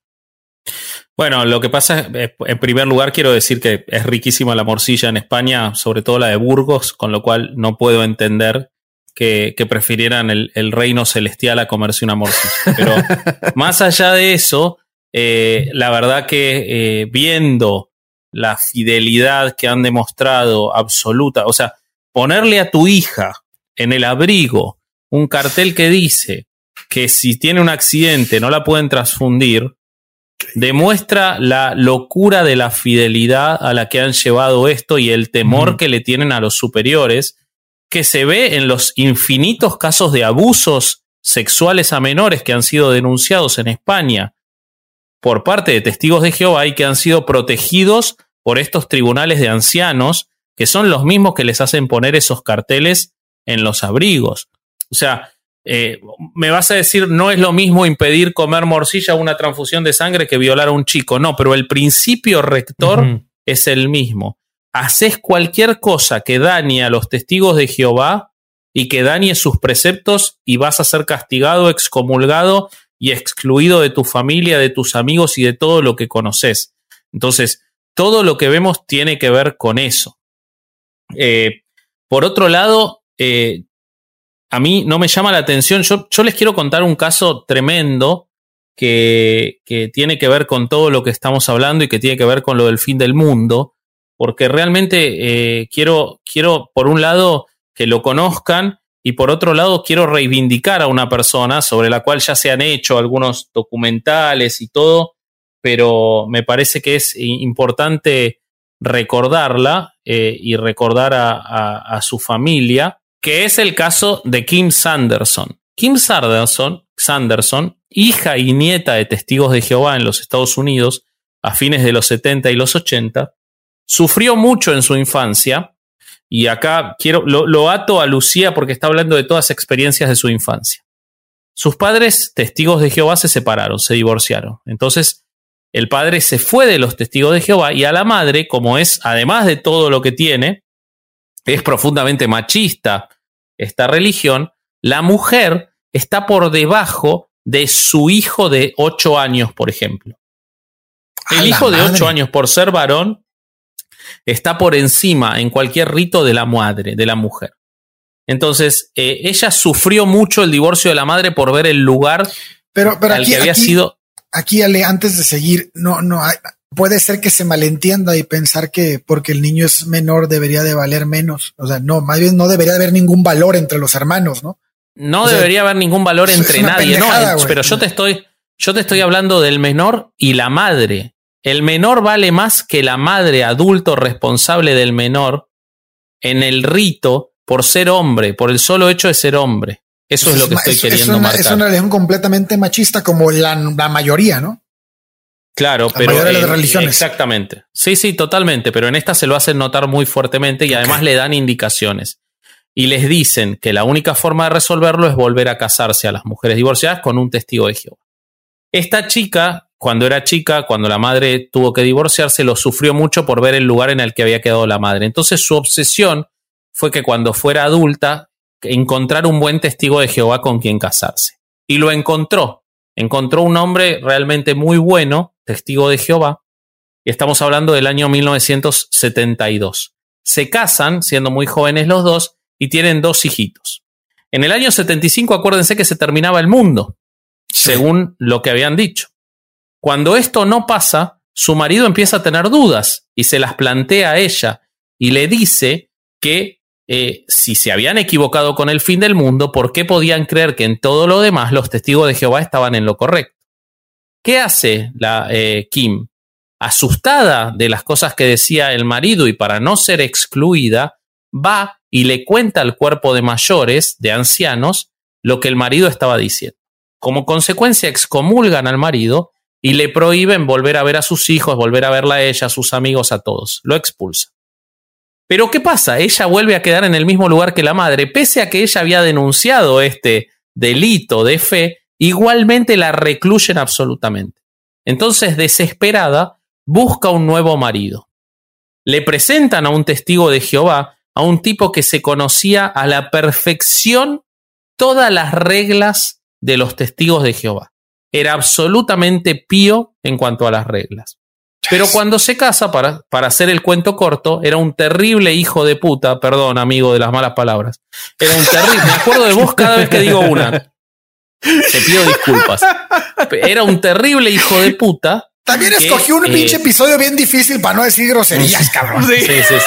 Speaker 4: Bueno, lo que pasa es, en primer lugar, quiero decir que es riquísima la morcilla en España, sobre todo la de Burgos, con lo cual no puedo entender que prefirieran el reino celestial a comerse una morcilla. Pero más allá de eso, la verdad que viendo la fidelidad que han demostrado absoluta, o sea, ponerle a tu hija en el abrigo un cartel que dice que si tiene un accidente no la pueden transfundir, demuestra la locura de la fidelidad a la que han llevado esto y el temor que le tienen a los superiores, que se ve en los infinitos casos de abusos sexuales a menores que han sido denunciados en España por parte de testigos de Jehová y que han sido protegidos por estos tribunales de ancianos, que son los mismos que les hacen poner esos carteles en los abrigos. O sea, me vas a decir, no es lo mismo impedir comer morcilla o una transfusión de sangre que violar a un chico. No, pero el principio rector es el mismo. Haces cualquier cosa que dañe a los testigos de Jehová y que dañe sus preceptos y vas a ser castigado, excomulgado y excluido de tu familia, de tus amigos y de todo lo que conoces. Entonces, todo lo que vemos tiene que ver con eso. Por otro lado, a mí no me llama la atención. Yo les quiero contar un caso tremendo que tiene que ver con todo lo que estamos hablando y que tiene que ver con lo del fin del mundo, porque realmente quiero, por un lado, que lo conozcan, y por otro lado, quiero reivindicar a una persona sobre la cual ya se han hecho algunos documentales y todo, pero me parece que es importante recordarla y recordar a su familia, que es el caso de Kim Sanderson. Kim Sanderson, hija y nieta de testigos de Jehová en los Estados Unidos a fines de los 70 y los 80, sufrió mucho en su infancia, y acá lo ato a Lucía porque está hablando de todas las experiencias de su infancia. Sus padres, testigos de Jehová, se separaron, se divorciaron. Entonces, el padre se fue de los testigos de Jehová, y a la madre, como es, además de todo lo que tiene, es profundamente machista esta religión, la mujer está por debajo de su hijo de 8 años, por ejemplo. El hijo de 8 años, por ser varón, está por encima en cualquier rito de la madre, de la mujer. Entonces, ella sufrió mucho el divorcio de la madre por ver el lugar
Speaker 2: pero
Speaker 4: al
Speaker 2: aquí,
Speaker 4: que había sido.
Speaker 2: Aquí, Ale, antes de seguir, no, puede ser que se malentienda y pensar que porque el niño es menor debería de valer menos. O sea, no, más bien no debería haber ningún valor entre los hermanos, ¿no?
Speaker 4: No debería haber ningún valor entre nadie, no. Pero yo te estoy hablando del menor y la madre. El menor vale más que la madre, adulto responsable del menor, en el rito, por ser hombre, por el solo hecho de ser hombre. Eso es lo que estoy queriendo marcar. Es
Speaker 2: una religión completamente machista, como la mayoría, ¿no?
Speaker 4: Claro,
Speaker 2: pero mayoría de las religiones.
Speaker 4: Exactamente. Sí, totalmente. Pero en esta se lo hacen notar muy fuertemente, y además le dan indicaciones. Y les dicen que la única forma de resolverlo es volver a casarse a las mujeres divorciadas con un testigo de Jehová. Esta chica, cuando era chica, cuando la madre tuvo que divorciarse, lo sufrió mucho por ver el lugar en el que había quedado la madre. Entonces su obsesión fue que cuando fuera adulta, encontrar un buen testigo de Jehová con quien casarse. Y lo encontró. Encontró un hombre realmente muy bueno, testigo de Jehová, y estamos hablando del año 1972. Se casan, siendo muy jóvenes los dos, y tienen 2 hijitos. En el año 75, acuérdense que se terminaba el mundo, según lo que habían dicho. Cuando esto no pasa, su marido empieza a tener dudas y se las plantea a ella y le dice que si se habían equivocado con el fin del mundo, ¿por qué podían creer que en todo lo demás los testigos de Jehová estaban en lo correcto? ¿Qué hace la Kim? Asustada de las cosas que decía el marido y para no ser excluida, va y le cuenta al cuerpo de mayores, de ancianos, lo que el marido estaba diciendo. Como consecuencia, excomulgan al marido y le prohíben volver a ver a sus hijos, volver a verla a ella, a sus amigos, a todos. Lo expulsan. Pero ¿qué pasa? Ella vuelve a quedar en el mismo lugar que la madre, pese a que ella había denunciado este delito de fe, igualmente la recluyen absolutamente. Entonces, desesperada, busca un nuevo marido. Le presentan a un testigo de Jehová, a un tipo que se conocía a la perfección todas las reglas de los testigos de Jehová. Era absolutamente pío en cuanto a las reglas. Pero cuando se casa, para hacer el cuento corto, era un terrible hijo de puta. Perdón, amigo de las malas palabras. Era un terrible. Me acuerdo de vos cada vez que digo una. Te pido disculpas. Era un terrible hijo de puta.
Speaker 2: También escogí un pinche episodio bien difícil para no decir groserías, cabrón.
Speaker 4: Sí.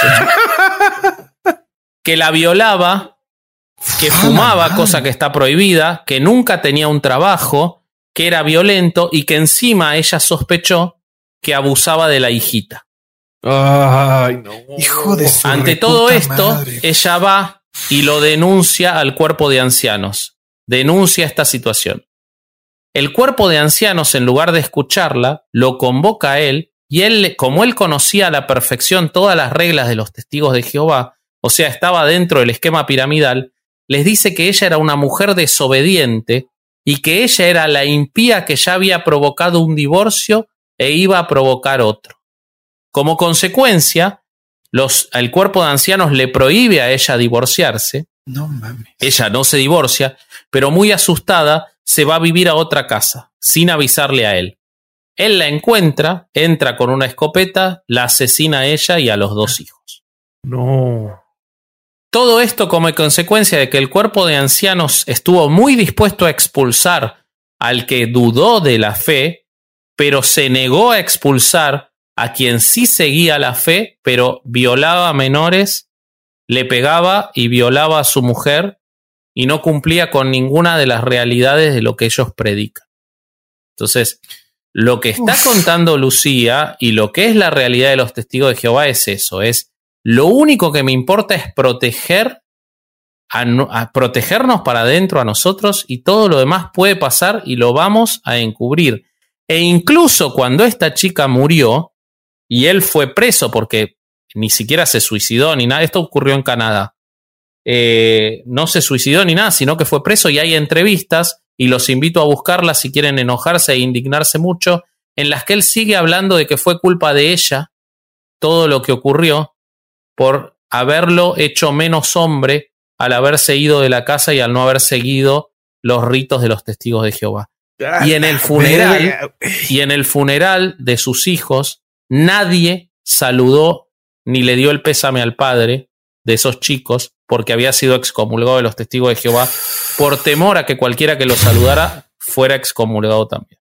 Speaker 4: Que la violaba, que fumaba, cosa que está prohibida, que nunca tenía un trabajo, que era violento y que encima ella sospechó que abusaba de la hijita.
Speaker 3: Ay, no.
Speaker 2: Hijo de su
Speaker 4: Ante todo esto,
Speaker 2: madre.
Speaker 4: Ella va y lo denuncia al cuerpo de ancianos. Denuncia esta situación. El cuerpo de ancianos, en lugar de escucharla, lo convoca a él, y él, como él conocía a la perfección todas las reglas de los testigos de Jehová, o sea, estaba dentro del esquema piramidal, les dice que ella era una mujer desobediente y que ella era la impía que ya había provocado un divorcio e iba a provocar otro. Como consecuencia, el cuerpo de ancianos le prohíbe a ella divorciarse.
Speaker 2: No mames.
Speaker 4: Ella no se divorcia, pero muy asustada se va a vivir a otra casa, sin avisarle a él. Él la encuentra, entra con una escopeta, la asesina a ella y a los 2 hijos.
Speaker 3: No.
Speaker 4: Todo esto como consecuencia de que el cuerpo de ancianos estuvo muy dispuesto a expulsar al que dudó de la fe, pero se negó a expulsar a quien sí seguía la fe, pero violaba a menores, le pegaba y violaba a su mujer y no cumplía con ninguna de las realidades de lo que ellos predican. Entonces, lo que está contando Lucía y lo que es la realidad de los testigos de Jehová es eso, es lo único que me importa es protegernos para adentro a nosotros y todo lo demás puede pasar y lo vamos a encubrir. E incluso cuando esta chica murió y él fue preso porque ni siquiera se suicidó ni nada, esto ocurrió en Canadá, no se suicidó ni nada, sino que fue preso y hay entrevistas y los invito a buscarlas si quieren enojarse e indignarse mucho, en las que él sigue hablando de que fue culpa de ella todo lo que ocurrió por haberlo hecho menos hombre al haberse ido de la casa y al no haber seguido los ritos de los testigos de Jehová. Y en el funeral de sus hijos, nadie saludó ni le dio el pésame al padre de esos chicos porque había sido excomulgado de los testigos de Jehová por temor a que cualquiera que lo saludara fuera excomulgado también.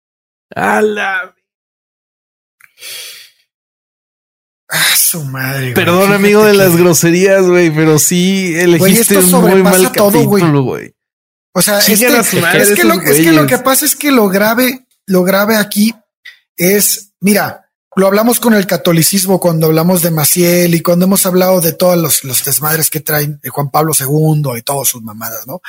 Speaker 2: Su madre, güey.
Speaker 3: Perdón, amigo de las groserías, güey, pero sí elegiste un muy mal capítulo, güey.
Speaker 2: O sea, es que lo que pasa es que lo grave aquí es, mira, lo hablamos con el catolicismo cuando hablamos de Maciel y cuando hemos hablado de todos los desmadres que traen de Juan Pablo II y todas sus mamadas, ¿no?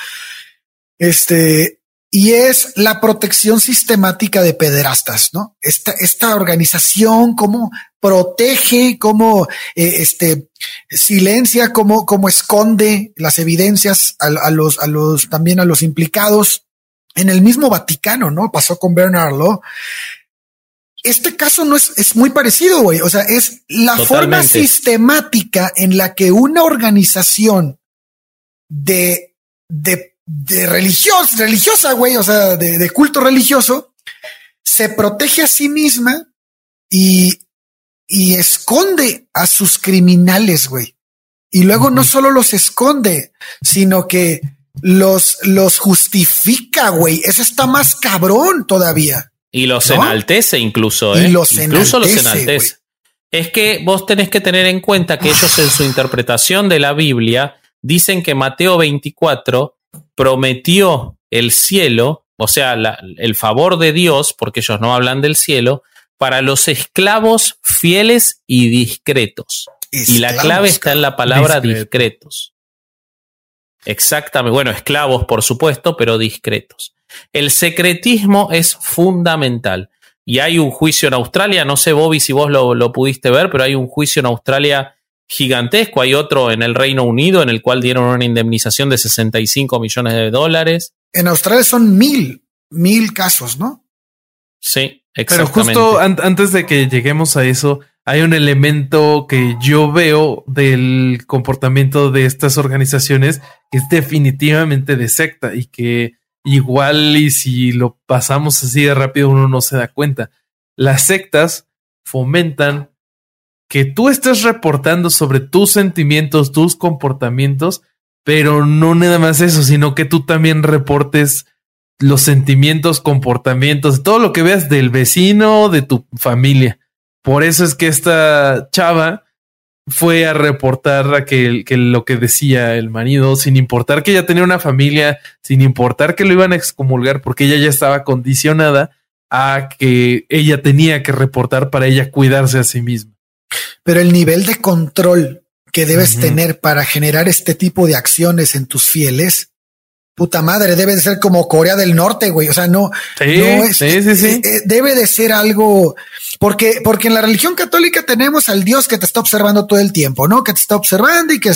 Speaker 2: Y es la protección sistemática de pederastas, ¿no? Esta organización, cómo protege, cómo silencia, cómo esconde las evidencias también a los implicados en el mismo Vaticano, ¿no? Pasó con Bernard Law. Este caso no es muy parecido, güey. O sea, es la forma sistemática en la que una organización de religiosa, güey, o sea, de culto religioso, se protege a sí misma y esconde a sus criminales, güey. Y luego no solo los esconde, sino que los justifica, güey. Eso está más cabrón todavía. Y los enaltece incluso, ¿eh? Incluso los enaltece. Es que vos tenés que tener en cuenta que ellos en su interpretación de la Biblia dicen que Mateo 24 prometió el cielo, o sea, el favor de Dios, porque ellos no hablan del cielo, para los esclavos fieles y discretos. Y la clave está en la palabra discretos. Exactamente. Bueno, esclavos, por supuesto, pero discretos. El secretismo es fundamental. Y hay un juicio en Australia, no sé, Bobby, si vos lo pudiste ver, pero hay un juicio en Australia gigantesco. Hay otro en el Reino Unido en el cual dieron una indemnización de $65 millones. En Australia son 1000 casos, ¿no? Sí, exactamente.
Speaker 3: Pero justo antes de que lleguemos a eso, hay un elemento que yo veo del comportamiento de estas organizaciones que es definitivamente de secta y que igual y si lo pasamos así de rápido uno no se da cuenta. Las sectas fomentan que tú estés reportando sobre tus sentimientos, tus comportamientos, pero no nada más eso, sino que tú también reportes los sentimientos, comportamientos, todo lo que veas del vecino, de tu familia. Por eso es que esta chava fue a reportar a que lo que decía el marido, sin importar que ella tenía una familia, sin importar que lo iban a excomulgar, porque ella ya estaba condicionada a que ella tenía que reportar para ella cuidarse a sí misma.
Speaker 2: Pero el nivel de control que debes tener para generar este tipo de acciones en tus fieles, puta madre, debe de ser como Corea del Norte, güey. O sea, no es, sí. Debe de ser algo, porque en la religión católica tenemos al Dios que te está observando todo el tiempo, ¿no? Que te está observando y que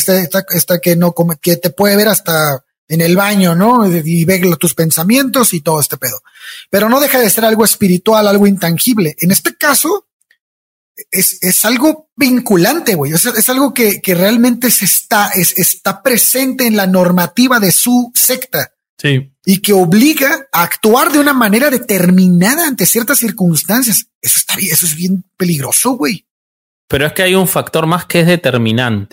Speaker 2: que te puede ver hasta en el baño, ¿no? Y ve tus pensamientos y todo este pedo. Pero no deja de ser algo espiritual, algo intangible. En este caso, es algo vinculante, güey. Es algo que realmente está presente en la normativa de su secta.
Speaker 3: Sí.
Speaker 2: Y que obliga a actuar de una manera determinada ante ciertas circunstancias. Eso es bien peligroso, güey.
Speaker 4: Pero es que hay un factor más que es determinante.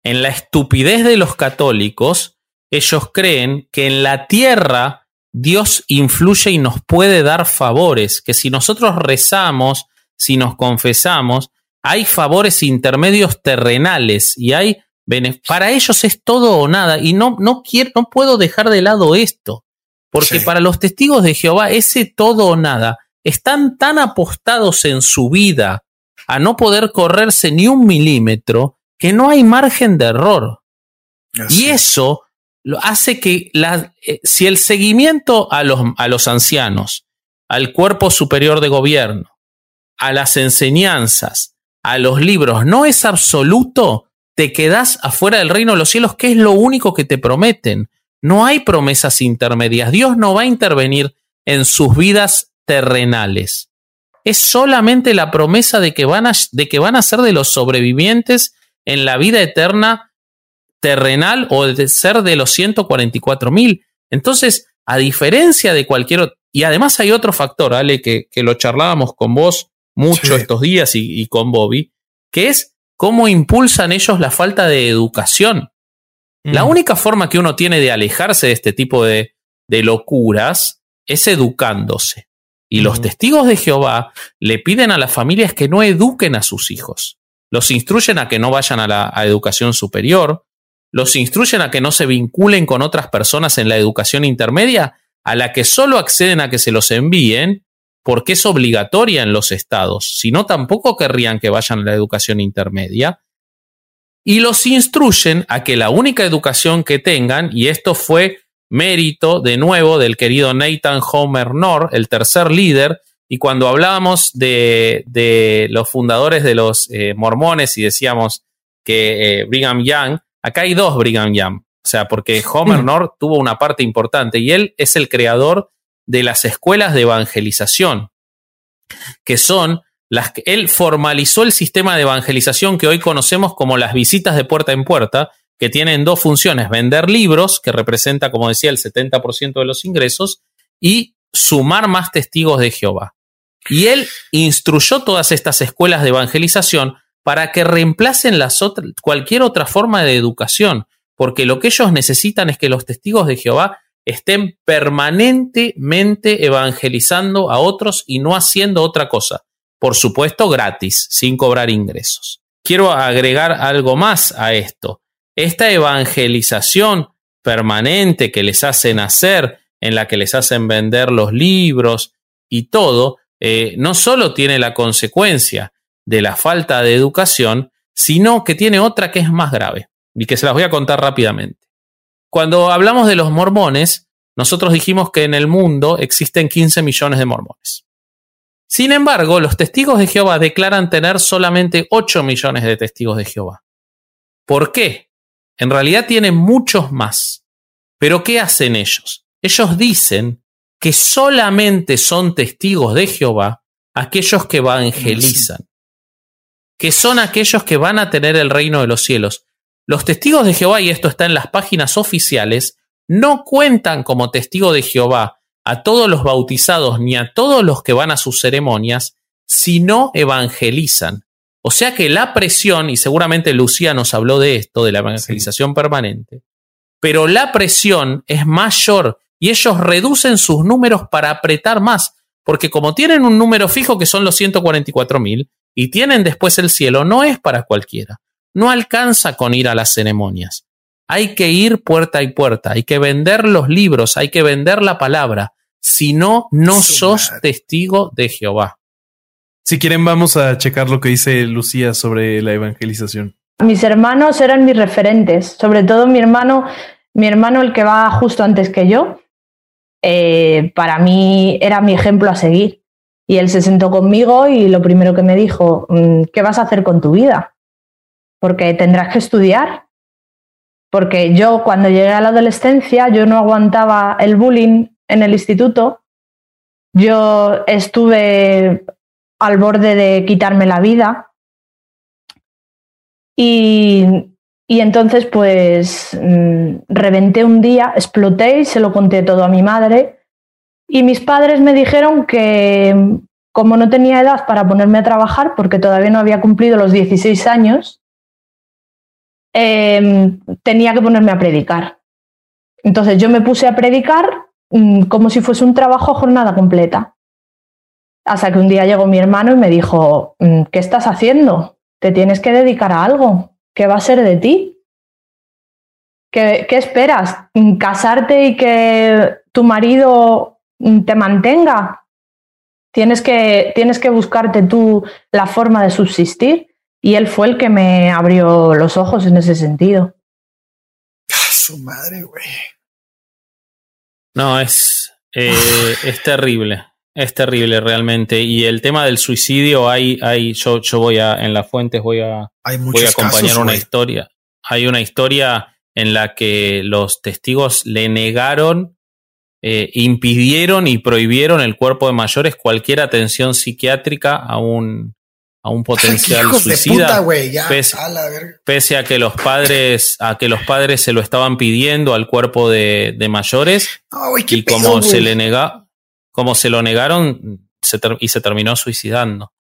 Speaker 4: en la estupidez de los católicos, ellos creen que en la tierra Dios influye y nos puede dar favores, que si nosotros rezamos, si nos confesamos, hay favores intermedios terrenales y hay para ellos es todo o nada, y no puedo dejar de lado esto, porque para los testigos de Jehová ese todo o nada están tan apostados en su vida a no poder correrse ni un milímetro que no hay margen de error. Así. Y eso hace que si el seguimiento a los ancianos, al cuerpo superior de gobierno, a las enseñanzas, a los libros, no es absoluto, te quedás afuera del reino de los cielos, que es lo único que te prometen. No hay promesas intermedias. Dios no va a intervenir en sus vidas terrenales. Es solamente la promesa de que van a ser de los sobrevivientes en la vida eterna terrenal o de ser de los 144,000. Entonces, a diferencia de cualquier otro, y además hay otro factor, Ale, que lo charlábamos con vos mucho estos días y con Bobby, que es cómo impulsan ellos la falta de educación. La única forma que uno tiene de alejarse de este tipo de locuras es educándose. Y los testigos de Jehová le piden a las familias que no eduquen a sus hijos. Los instruyen a que no vayan a la educación superior, los instruyen a que no se vinculen con otras personas en la educación intermedia, a la que solo acceden a que se los envíen porque es obligatoria en los estados, si no tampoco querrían que vayan a la educación intermedia, y los instruyen a que la única educación que tengan, y esto fue mérito de nuevo del querido Nathan Homer Knorr, el tercer líder, y cuando hablábamos de los fundadores de los mormones y decíamos que Brigham Young, acá hay dos Brigham Young, o sea, porque Homer Knorr tuvo una parte importante y él es el creador de las escuelas de evangelización, que son las que él formalizó el sistema de evangelización que hoy conocemos como las visitas de puerta en puerta, que tienen dos funciones: vender libros, que representa, como decía, el 70% de los ingresos, y sumar más testigos de Jehová. Y él instruyó todas estas escuelas de evangelización para que reemplacen cualquier otra forma de educación, porque lo que ellos necesitan es que los testigos de Jehová estén permanentemente evangelizando a otros y no haciendo otra cosa. Por supuesto, gratis, sin cobrar ingresos. Quiero agregar algo más a esto. Esta evangelización permanente que les hacen hacer, en la que les hacen vender los libros y todo, no solo tiene la consecuencia de la falta de educación, sino que tiene otra que es más grave y que se las voy a contar rápidamente. Cuando hablamos de los mormones, nosotros dijimos que en el mundo existen 15 millones de mormones. Sin embargo, los testigos de Jehová declaran tener solamente 8 millones de testigos de Jehová. ¿Por qué? En realidad tienen muchos más. ¿Pero qué hacen ellos? Ellos dicen que solamente son testigos de Jehová aquellos que evangelizan, que son aquellos que van a tener el reino de los cielos. Los testigos de Jehová, y esto está en las páginas oficiales, no cuentan como testigo de Jehová a todos los bautizados ni a todos los que van a sus ceremonias, sino evangelizan. O sea que la presión, y seguramente Lucía nos habló de esto, de la evangelización permanente, pero la presión es mayor y ellos reducen sus números para apretar más, porque como tienen un número fijo que son los 144,000 y tienen después el cielo, no es para cualquiera. No alcanza con ir a las ceremonias. Hay que ir puerta y puerta, hay que vender los libros, hay que vender la palabra. Si no, no sos testigo de Jehová.
Speaker 3: Si quieren, vamos a checar lo que dice Lucía sobre la evangelización.
Speaker 5: Mis hermanos eran mis referentes, sobre todo mi hermano el que va justo antes que yo, para mí era mi ejemplo a seguir. Y él se sentó conmigo y lo primero que me dijo, ¿qué vas a hacer con tu vida? Porque tendrás que estudiar. Porque yo cuando llegué a la adolescencia, yo no aguantaba el bullying en el instituto. Yo estuve al borde de quitarme la vida. Y entonces pues reventé un día, exploté y se lo conté todo a mi madre. Y mis padres me dijeron que como no tenía edad para ponerme a trabajar, porque todavía no había cumplido los 16 años, tenía que ponerme a predicar. Entonces yo me puse a predicar como si fuese un trabajo a jornada completa. Hasta que un día llegó mi hermano y me dijo, ¿qué estás haciendo? Te tienes que dedicar a algo. ¿Qué va a ser de ti? ¿Qué esperas? ¿Casarte y que tu marido te mantenga? Tienes que buscarte tú la forma de subsistir. Y él fue el que me abrió los ojos en ese sentido.
Speaker 2: Su madre, güey.
Speaker 4: No, es terrible. Es terrible realmente. Y el tema del suicidio, yo voy en las fuentes voy a acompañar casos, una historia. Hay una historia en la que los testigos le negaron, impidieron y prohibieron el cuerpo de mayores cualquier atención psiquiátrica a un potencial suicida, pese a que los padres se lo estaban pidiendo al cuerpo de mayores. Y como se lo negaron y se terminó suicidando.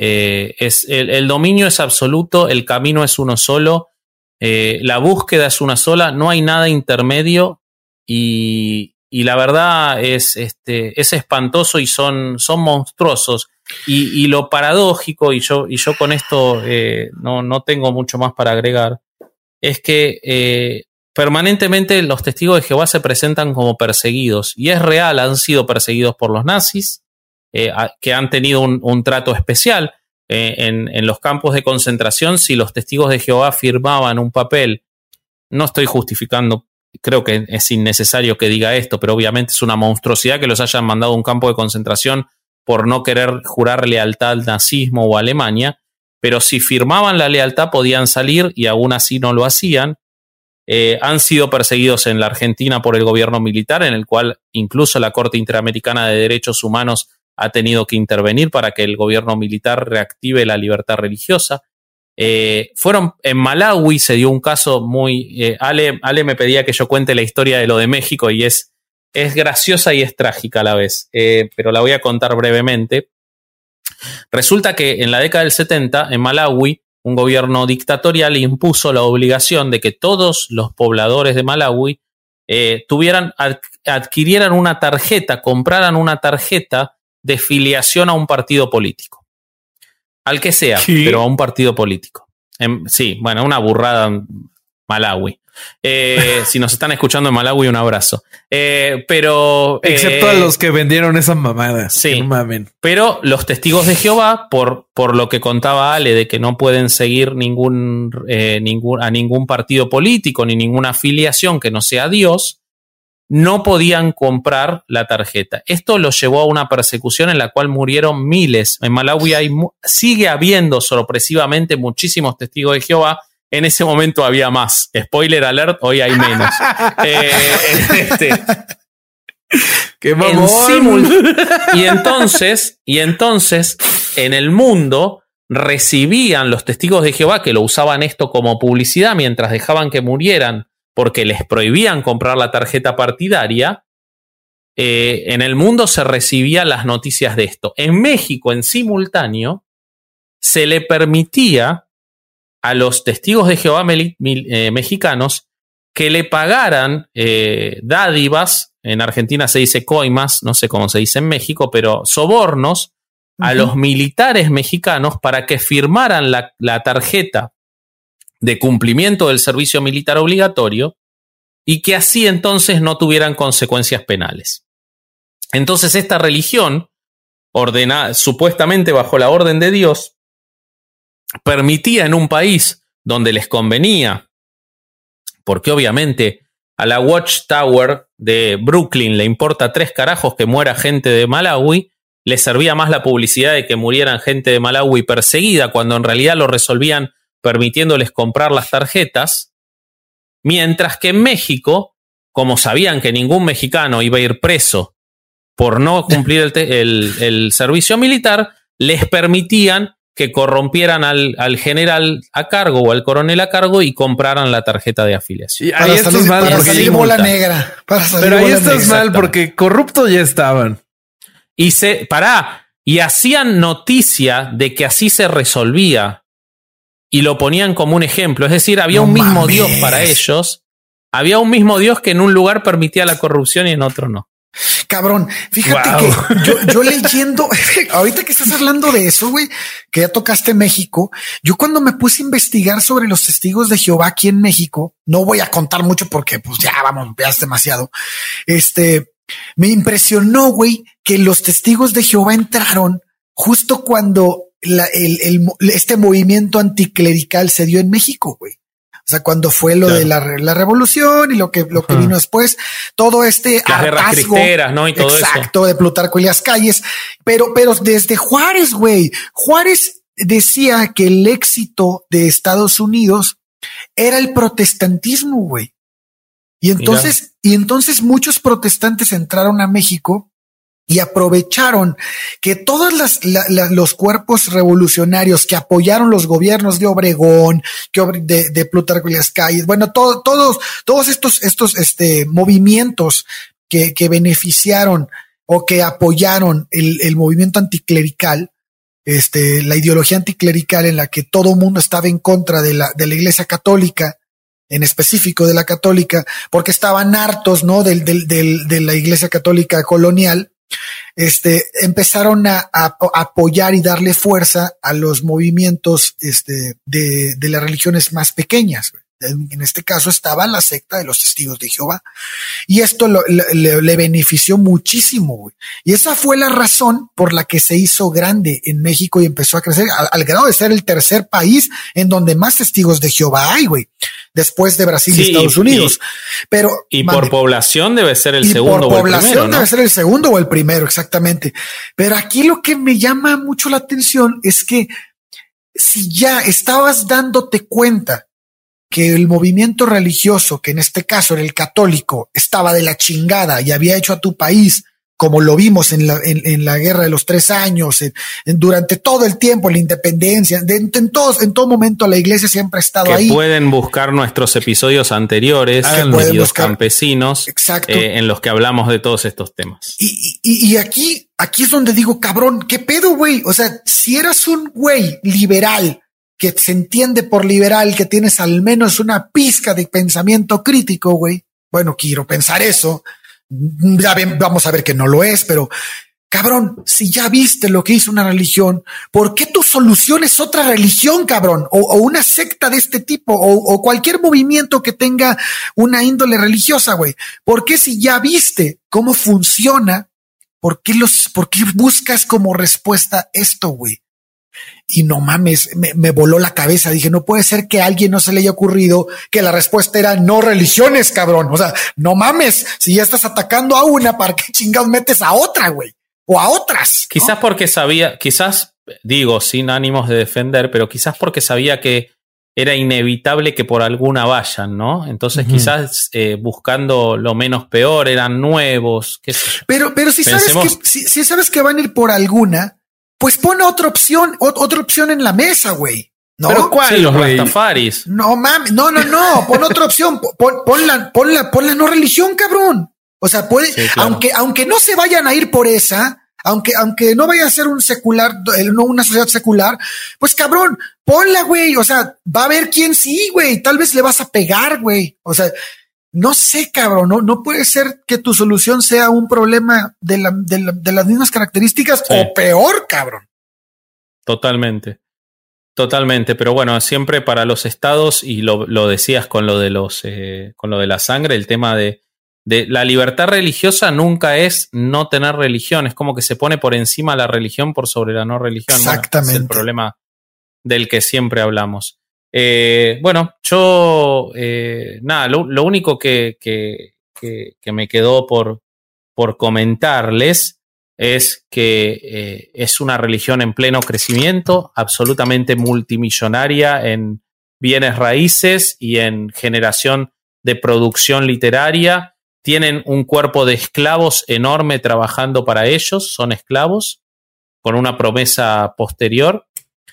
Speaker 4: El dominio es absoluto, el camino es uno solo, la búsqueda es una sola, no hay nada intermedio y la verdad es espantoso y son monstruosos. Y lo paradójico, y yo con esto no tengo mucho más para agregar, es que permanentemente los testigos de Jehová se presentan como perseguidos, y es real, han sido perseguidos por los nazis, que han tenido un trato especial en los campos de concentración. Si los testigos de Jehová firmaban un papel, no estoy justificando, creo que es innecesario que diga esto, pero obviamente es una monstruosidad que los hayan mandado a un campo de concentración por no querer jurar lealtad al nazismo o a Alemania, pero si firmaban la lealtad podían salir y aún así no lo hacían. Han sido perseguidos en la Argentina por el gobierno militar, en el cual incluso la Corte Interamericana de Derechos Humanos ha tenido que intervenir para que el gobierno militar reactive la libertad religiosa. Fueron en Malawi, se dio un caso muy... Ale me pedía que yo cuente la historia de lo de México y es graciosa y es trágica a la vez, pero la voy a contar brevemente. Resulta que en la década del 70, en Malawi, un gobierno dictatorial impuso la obligación de que todos los pobladores de Malawi adquirieran una tarjeta, compraran una tarjeta de filiación a un partido político. Al que sea, ¿sí? Pero a un partido político. Sí, bueno, una burrada en Malawi. Si nos están escuchando en Malawi, un abrazo. Pero
Speaker 3: excepto a los que vendieron esas mamadas.
Speaker 4: Sí,
Speaker 3: no mamen.
Speaker 4: Pero los testigos de Jehová, por lo que contaba Ale, de que no pueden seguir a ningún partido político ni ninguna afiliación que no sea Dios, no podían comprar la tarjeta. Esto los llevó a una persecución en la cual murieron miles. En Malawi sigue habiendo sorpresivamente muchísimos testigos de Jehová. En ese momento había más. Spoiler alert, hoy hay menos.
Speaker 3: ¡Qué mamón!
Speaker 4: Y entonces, en el mundo recibían los testigos de Jehová, que lo usaban esto como publicidad mientras dejaban que murieran porque les prohibían comprar la tarjeta partidaria. En el mundo se recibían las noticias de esto. En México, en simultáneo, se le permitía a los testigos de Jehová mexicanos que le pagaran dádivas, en Argentina se dice coimas, no sé cómo se dice en México, pero sobornos a los militares mexicanos para que firmaran la tarjeta de cumplimiento del servicio militar obligatorio y que así entonces no tuvieran consecuencias penales. Entonces esta religión, ordenada supuestamente bajo la orden de Dios, permitía en un país donde les convenía, porque obviamente a la Watchtower de Brooklyn le importa 3 carajos que muera gente de Malawi, le servía más la publicidad de que murieran gente de Malawi perseguida, cuando en realidad lo resolvían permitiéndoles comprar las tarjetas, mientras que en México, como sabían que ningún mexicano iba a ir preso por no cumplir el servicio militar, les permitían que corrompieran al general a cargo o al coronel a cargo y compraran la tarjeta de afiliación.
Speaker 3: Y ahí estás mal porque
Speaker 2: salir bola negra. Pero
Speaker 3: ahí estás mal porque corruptos ya estaban.
Speaker 4: Y hacían noticia de que así se resolvía. y lo ponían como un ejemplo. Es decir, había un mismo Dios para ellos. Había un mismo Dios que en un lugar permitía la corrupción y en otro no.
Speaker 2: Cabrón, fíjate que yo leyendo, ahorita que estás hablando de eso, güey, que ya tocaste México, yo cuando me puse a investigar sobre los testigos de Jehová aquí en México, no voy a contar mucho porque pues ya vamos, veas demasiado. Me impresionó, güey, que los testigos de Jehová entraron justo cuando este movimiento anticlerical se dio en México, güey. O sea, cuando fue lo de la revolución y lo que vino después, todo
Speaker 4: las guerras cristeras, ¿no? Y todo
Speaker 2: exacto,
Speaker 4: eso.
Speaker 2: de Plutarco y las calles. Pero desde Juárez, güey. Juárez decía que el éxito de Estados Unidos era el protestantismo, güey. Y entonces muchos protestantes entraron a México y aprovecharon que todos los cuerpos revolucionarios que apoyaron los gobiernos de Obregón, de Plutarco y las calles, bueno, todos estos movimientos que beneficiaron o que apoyaron el movimiento anticlerical, la ideología anticlerical en la que todo el mundo estaba en contra de la Iglesia Católica, en específico de la católica, porque estaban hartos, ¿no? de la Iglesia Católica colonial. Empezaron a apoyar y darle fuerza a los movimientos de las religiones más pequeñas. En este caso estaba la secta de los Testigos de Jehová. Y esto le benefició muchísimo, güey. Y esa fue la razón por la que se hizo grande en México y empezó a crecer al grado de ser el tercer país en donde más Testigos de Jehová hay, güey. Después de Brasil y Estados Unidos.
Speaker 4: Por población debe ser el segundo o el primero, ¿no? Por población
Speaker 2: debe ser el segundo o el primero, exactamente. Pero aquí lo que me llama mucho la atención es que si ya estabas dándote cuenta que el movimiento religioso, que en este caso era el católico, estaba de la chingada y había hecho a tu país, como lo vimos en la Guerra de los 3 años, durante todo el tiempo, la independencia, en todo momento la iglesia siempre ha estado ahí.
Speaker 4: Pueden buscar nuestros episodios anteriores, Queridos Campesinos, en los que hablamos de todos estos temas.
Speaker 2: Y aquí es donde digo, cabrón, ¿qué pedo, güey? O sea, si eras un güey liberal, que se entiende por liberal, que tienes al menos una pizca de pensamiento crítico, güey. Bueno, quiero pensar eso. Ya vamos a ver que no lo es, pero cabrón, si ya viste lo que hizo una religión, ¿por qué tu solución es otra religión, cabrón? O una secta de este tipo, o cualquier movimiento que tenga una índole religiosa, güey. ¿Por qué si ya viste cómo funciona, por qué buscas como respuesta esto, güey? Y no mames, me voló la cabeza. Dije, no puede ser que a alguien no se le haya ocurrido que la respuesta era no religiones, cabrón. O sea, no mames, si ya estás atacando a una, ¿para qué chingados metes a otra, güey? O a otras.
Speaker 4: Quizás, ¿no? Porque sabía, digo, sin ánimos de defender, pero quizás porque sabía que era inevitable que por alguna vayan, ¿no? Entonces quizás buscando lo menos peor, eran nuevos, qué sé yo.
Speaker 2: Pero si sabes que van a ir por alguna, pues pon otra opción en la mesa, güey. ¿No?
Speaker 4: ¿Pero cuál? Sí, los Rastafaris.
Speaker 2: No, mames, no. Pon otra opción. Pon la no religión, cabrón. O sea, puede, sí, claro. aunque no se vayan a ir por esa, aunque no vaya a ser un secular, no una sociedad secular, pues cabrón, ponla, güey. O sea, va a haber quien sí, güey. Tal vez le vas a pegar, güey. O sea, no sé, cabrón, no puede ser que tu solución sea un problema de las mismas características, sí, o peor, cabrón.
Speaker 4: Totalmente, pero bueno, siempre para los estados, y lo decías con lo de con lo de la sangre, el tema de la libertad religiosa nunca es no tener religión, es como que se pone por encima la religión por sobre la no religión.
Speaker 2: Exactamente.
Speaker 4: Bueno, es el problema del que siempre hablamos. Bueno, yo nada, lo único que me quedó por comentarles es que es una religión en pleno crecimiento, absolutamente multimillonaria en bienes raíces y en generación de producción literaria. Tienen un cuerpo de esclavos enorme trabajando para ellos, son esclavos, con una promesa posterior.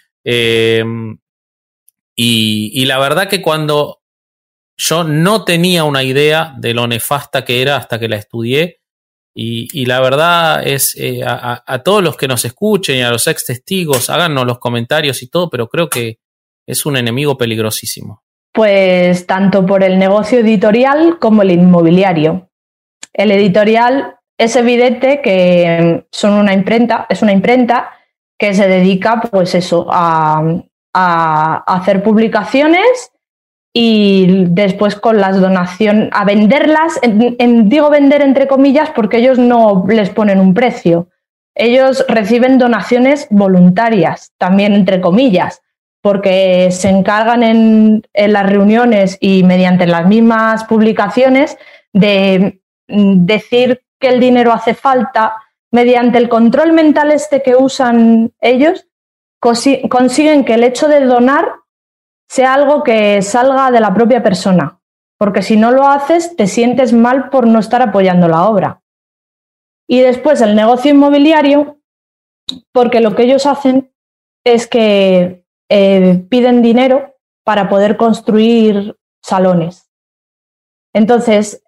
Speaker 4: Y la verdad que cuando yo no tenía una idea de lo nefasta que era hasta que la estudié, y la verdad es a todos los que nos escuchen y a los ex testigos, háganos los comentarios y todo, pero creo que Es un enemigo peligrosísimo.
Speaker 5: Pues tanto por el negocio editorial como el inmobiliario. El editorial es evidente que es una imprenta que se dedica, pues eso, a hacer publicaciones y después con las donaciones, a venderlas, digo vender entre comillas porque ellos no les ponen un precio. Ellos reciben donaciones voluntarias, también entre comillas, porque se encargan en las reuniones y mediante las mismas publicaciones de decir que el dinero hace falta. Mediante el control mental que usan ellos, consiguen que el hecho de donar sea algo que salga de la propia persona, porque si no lo haces te sientes mal por no estar apoyando la obra. Y después el negocio inmobiliario, porque lo que ellos hacen es que piden dinero para poder construir salones. Entonces,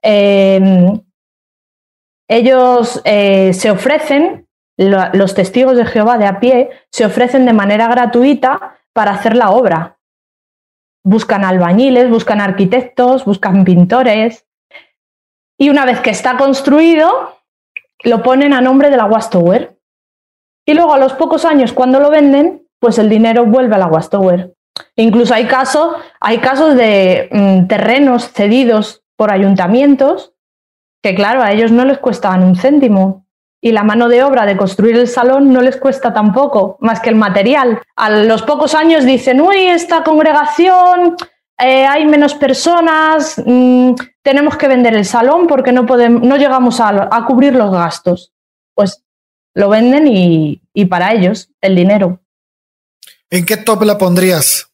Speaker 5: ellos se ofrecen, los testigos de Jehová de a pie, se ofrecen de manera gratuita para hacer la obra. Buscan albañiles, buscan arquitectos, buscan pintores. Y una vez que está construido, lo ponen a nombre de la Westover. Y luego, a los pocos años, cuando lo venden, pues el dinero vuelve a la Westover. Incluso hay casos de terrenos cedidos por ayuntamientos que, claro, a ellos no les cuestan un céntimo. Y la mano de obra de construir el salón no les cuesta tampoco, más que el material. A los pocos años dicen, uy, esta congregación, hay menos personas, tenemos que vender el salón porque no llegamos a cubrir los gastos. Pues lo venden y para ellos el dinero.
Speaker 2: ¿En qué top la pondrías?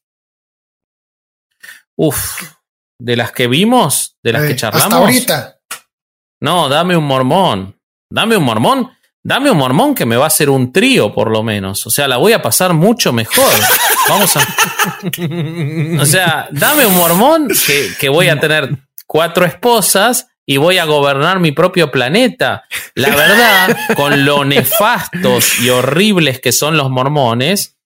Speaker 4: De las que vimos, de las que charlamos.
Speaker 2: Hasta ahorita.
Speaker 4: No, dame un mormón que me va a hacer un trío por lo menos. O sea, la voy a pasar mucho mejor. O sea, dame un mormón que voy a tener 4 esposas y voy a gobernar mi propio planeta. La verdad, con lo nefastos y horribles que son los mormones,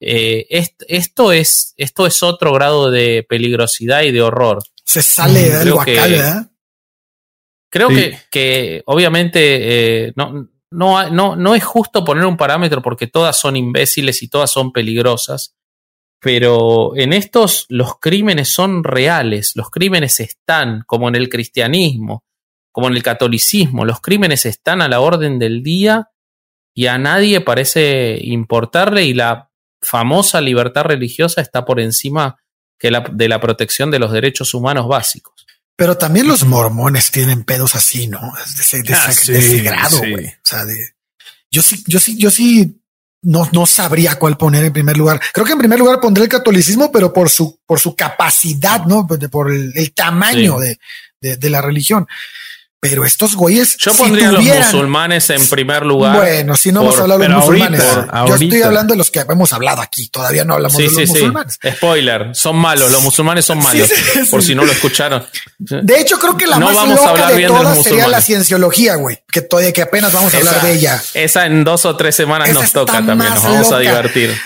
Speaker 4: esto es otro grado de peligrosidad y de horror.
Speaker 2: Se sale de algo acá, ¿verdad?
Speaker 4: Creo que obviamente no es justo poner un parámetro porque todas son imbéciles y todas son peligrosas, pero en estos los crímenes son reales, los crímenes están, como en el cristianismo, como en el catolicismo, los crímenes están a la orden del día y a nadie parece importarle, y la famosa libertad religiosa está por encima de la protección de los derechos humanos básicos.
Speaker 2: Pero también los mormones tienen pedos así, ¿no? De ese grado, güey. O sea, yo sí no sabría cuál poner en primer lugar. Creo que en primer lugar pondré el catolicismo, pero por su capacidad, ¿no? Por el tamaño de la religión. Pero estos güeyes,
Speaker 4: yo pondría a los musulmanes en primer lugar.
Speaker 2: Bueno, si no vamos a hablar de los musulmanes.
Speaker 3: Yo
Speaker 2: estoy hablando de los que hemos hablado aquí. Todavía no hablamos de los musulmanes.
Speaker 4: Spoiler, son malos. Los musulmanes son malos. Por si no lo escucharon.
Speaker 2: De hecho, creo que la más loca de todas sería la cienciología, güey. Que apenas vamos a hablar de ella.
Speaker 4: Esa en 2 o 3 semanas nos toca también. Nos vamos a divertir.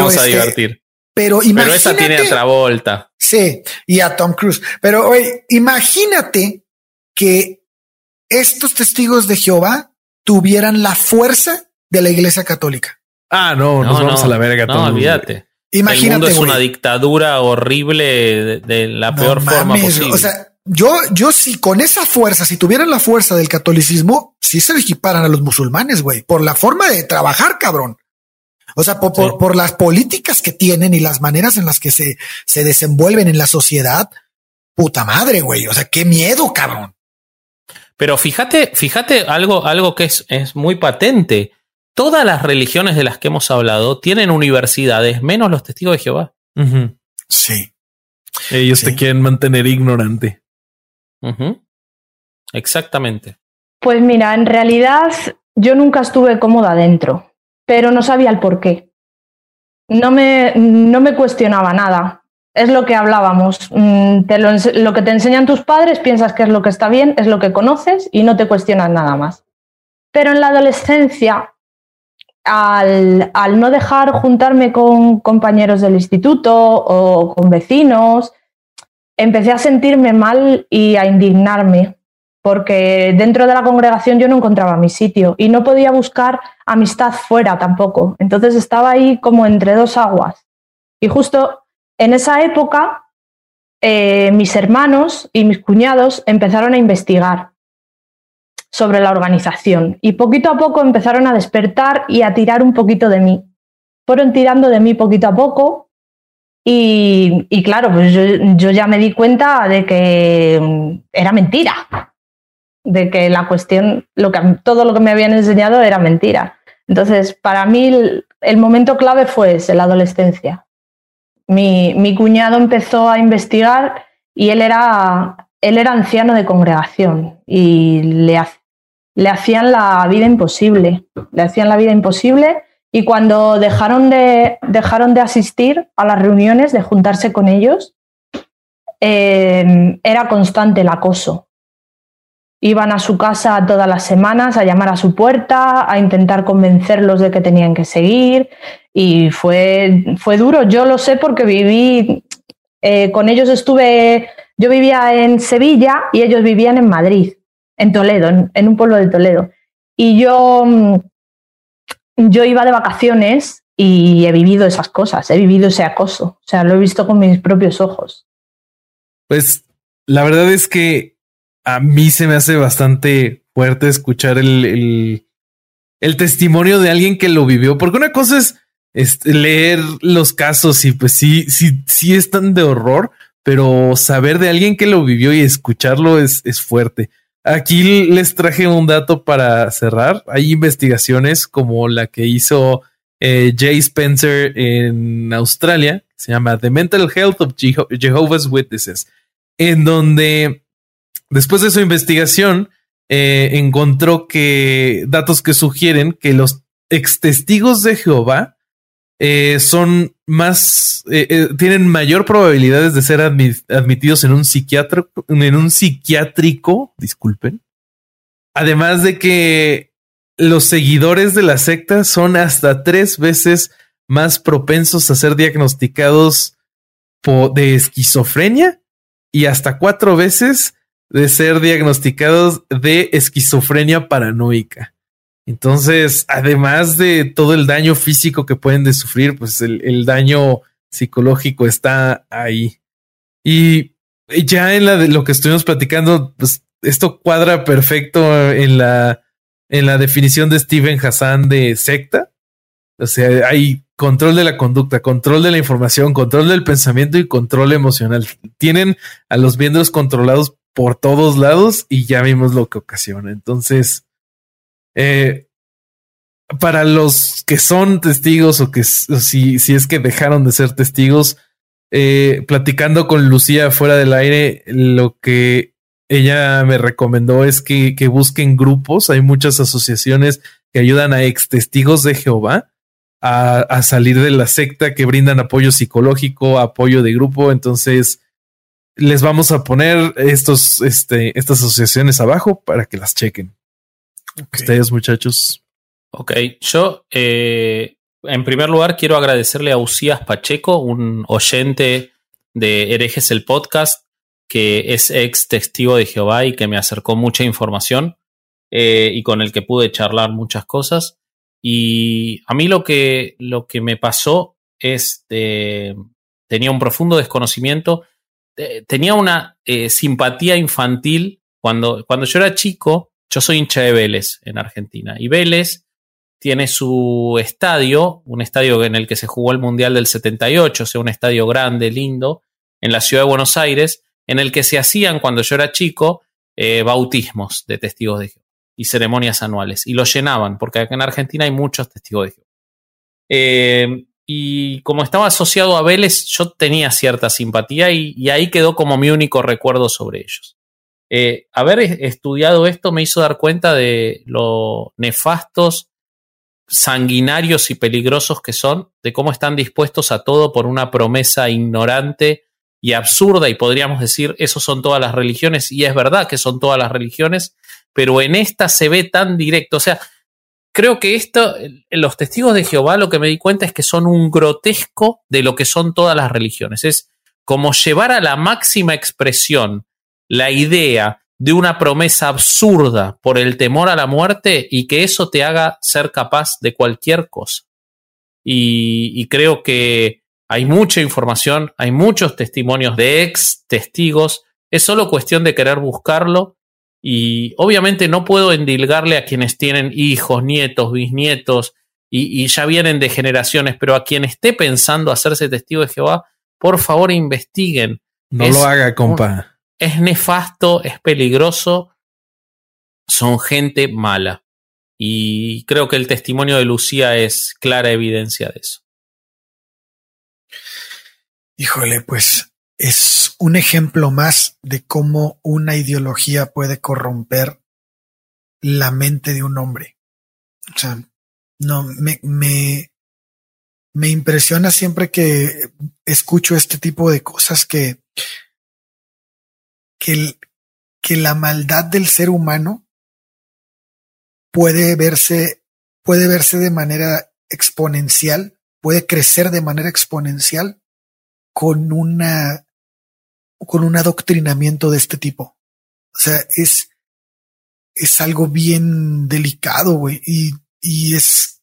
Speaker 4: Pero esa tiene a Travolta.
Speaker 2: Sí, y a Tom Cruise. Pero, güey, imagínate que estos testigos de Jehová tuvieran la fuerza de la Iglesia Católica.
Speaker 3: Nos vamos a la verga.
Speaker 4: No, olvídate.
Speaker 2: Imagínate,
Speaker 4: el mundo es una dictadura horrible de la peor forma posible.
Speaker 2: O sea, yo sí, con esa fuerza, si tuvieran la fuerza del catolicismo, sí se equiparan a los musulmanes, güey, por la forma de trabajar, cabrón. O sea, por las políticas que tienen y las maneras en las que se desenvuelven en la sociedad. Puta madre, güey. O sea, qué miedo, cabrón.
Speaker 4: Pero fíjate algo que es muy patente. Todas las religiones de las que hemos hablado tienen universidades, menos los testigos de Jehová.
Speaker 3: Uh-huh.
Speaker 2: Sí.
Speaker 3: Ellos te quieren mantener ignorante.
Speaker 4: Uh-huh. Exactamente.
Speaker 5: Pues mira, en realidad yo nunca estuve cómoda dentro, pero no sabía el por qué. No me cuestionaba nada. Es lo que hablábamos. Lo que te enseñan tus padres, piensas que es lo que está bien, es lo que conoces y no te cuestionas nada más. Pero en la adolescencia al no dejar juntarme con compañeros del instituto o con vecinos, empecé a sentirme mal y a indignarme, porque dentro de la congregación yo no encontraba mi sitio y no podía buscar amistad fuera tampoco. Entonces estaba ahí como entre dos aguas. Y justo en esa época, mis hermanos y mis cuñados empezaron a investigar sobre la organización y poquito a poco empezaron a despertar y a tirar un poquito de mí. Fueron tirando de mí poquito a poco y claro, pues yo ya me di cuenta de que era mentira, de que la cuestión, todo lo que me habían enseñado era mentira. Entonces, para mí el momento clave fue ese, la adolescencia. Mi cuñado empezó a investigar y él era anciano de congregación y le hacían la vida imposible. Le hacían la vida imposible y cuando dejaron de asistir a las reuniones, de juntarse con ellos, era constante el acoso. Iban a su casa todas las semanas a llamar a su puerta, a intentar convencerlos de que tenían que seguir y fue duro. Yo lo sé porque viví con ellos, yo vivía en Sevilla y ellos vivían en Madrid, en Toledo, en un pueblo de Toledo. Y yo iba de vacaciones y he vivido esas cosas, he vivido ese acoso, o sea, lo he visto con mis propios ojos.
Speaker 3: Pues la verdad es que a mí se me hace bastante fuerte escuchar el testimonio de alguien que lo vivió, porque una cosa es leer los casos y pues sí están de horror, pero saber de alguien que lo vivió y escucharlo es fuerte. Aquí les traje un dato para cerrar. Hay investigaciones como la que hizo Jay Spencer en Australia, se llama The Mental Health of Jehovah's Witnesses, en donde después de su investigación encontró que datos que sugieren que los ex testigos de Jehová son más, tienen mayor probabilidades de ser admitidos en un psiquiátrico, disculpen. Además de que los seguidores de la secta son hasta 3 veces más propensos a ser diagnosticados de esquizofrenia y hasta 4 veces de ser diagnosticados de esquizofrenia paranoica. Entonces, además de todo el daño físico que pueden de sufrir, pues el daño psicológico está ahí. Y ya en lo que estuvimos platicando, pues esto cuadra perfecto en la definición de Steven Hassan de secta. O sea, hay control de la conducta, control de la información, control del pensamiento y control emocional. Tienen a los miembros controlados por todos lados y ya vimos lo que ocasiona. Entonces, para los que son testigos o si es que dejaron de ser testigos, platicando con Lucía fuera del aire, lo que ella me recomendó es que busquen grupos. Hay muchas asociaciones que ayudan a ex testigos de Jehová a salir de la secta, que brindan apoyo psicológico, apoyo de grupo. Entonces les vamos a poner estas asociaciones abajo para que las chequen. Okay. Ustedes, muchachos.
Speaker 4: Ok, yo en primer lugar quiero agradecerle a Usías Pacheco, un oyente de Herejes el Podcast, que es ex testigo de Jehová y que me acercó mucha información y con el que pude charlar muchas cosas. Y a mí lo que me pasó es tenía un profundo desconocimiento, tenía una simpatía infantil cuando yo era chico. Yo soy hincha de Vélez en Argentina y Vélez tiene su estadio, un estadio en el que se jugó el Mundial del 78, o sea, un estadio grande, lindo, en la ciudad de Buenos Aires, en el que se hacían, cuando yo era chico, bautismos de testigos de Jehová y ceremonias anuales, y lo llenaban, porque acá en Argentina hay muchos testigos de Jehová. Y como estaba asociado a Vélez, yo tenía cierta simpatía y ahí quedó como mi único recuerdo sobre ellos. Haber estudiado esto me hizo dar cuenta de lo nefastos, sanguinarios y peligrosos que son, de cómo están dispuestos a todo por una promesa ignorante y absurda, y podríamos decir, eso son todas las religiones, y es verdad que son todas las religiones, pero en esta se ve tan directo. O sea, creo que los testigos de Jehová, lo que me di cuenta es que son un grotesco de lo que son todas las religiones. Es como llevar a la máxima expresión la idea de una promesa absurda por el temor a la muerte y que eso te haga ser capaz de cualquier cosa. Y creo que hay mucha información, hay muchos testimonios de ex testigos. Es solo cuestión de querer buscarlo. Y obviamente no puedo endilgarle a quienes tienen hijos, nietos, bisnietos y ya vienen de generaciones, pero a quien esté pensando hacerse testigo de Jehová, por favor investiguen.
Speaker 3: No lo haga, compa.
Speaker 4: Es nefasto, es peligroso, son gente mala. Y creo que el testimonio de Lucía es clara evidencia de eso.
Speaker 2: Híjole, pues es un ejemplo más de cómo una ideología puede corromper la mente de un hombre. O sea, no, me impresiona siempre que escucho este tipo de cosas que la maldad del ser humano puede verse de manera exponencial, puede crecer de manera exponencial con un adoctrinamiento de este tipo. O sea, es algo bien delicado, güey, y es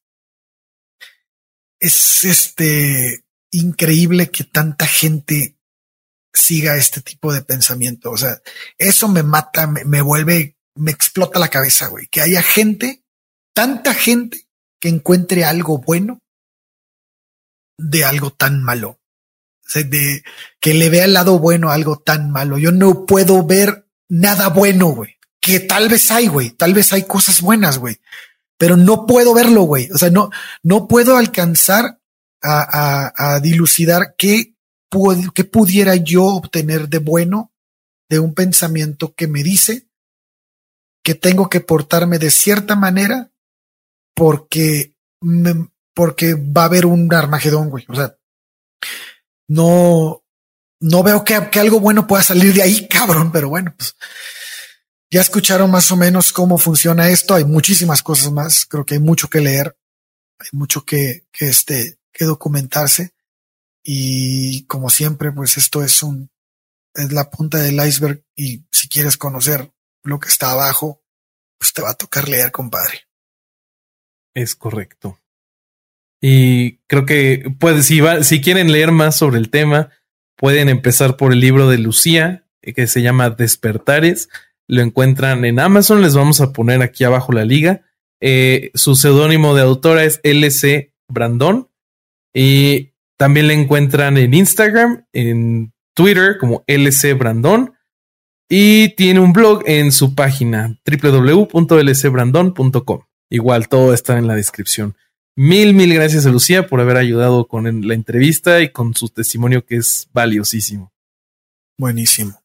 Speaker 2: increíble que tanta gente siga este tipo de pensamiento. O sea, eso me mata, me explota la cabeza, güey, que haya tanta gente que encuentre algo bueno de algo tan malo. O sea, de que le vea el lado bueno a algo tan malo. Yo no puedo ver nada bueno, güey. Que tal vez hay, güey. Tal vez hay cosas buenas, güey. Pero no puedo verlo, güey. O sea, no puedo alcanzar a dilucidar qué pudiera yo obtener de bueno de un pensamiento que me dice que tengo que portarme de cierta manera porque va a haber un Armagedón, güey. O sea, no veo que algo bueno pueda salir de ahí, cabrón, pero bueno, pues ya escucharon más o menos cómo funciona esto. Hay muchísimas cosas más. Creo que hay mucho que leer, hay mucho que documentarse. Y como siempre, pues esto es la punta del iceberg. Y si quieres conocer lo que está abajo, pues te va a tocar leer, compadre.
Speaker 3: Es correcto. Y creo que si quieren leer más sobre el tema, pueden empezar por el libro de Lucía, que se llama Despertares. Lo encuentran en Amazon. Les vamos a poner aquí abajo la liga. Su seudónimo de autora es LC Brandón. Y también la encuentran en Instagram, en Twitter como LC Brandón. Y tiene un blog en su página www.lcbrandon.com. Igual todo está en la descripción. Mil gracias a Lucía por haber ayudado con la entrevista y con su testimonio, que es valiosísimo.
Speaker 2: Buenísimo.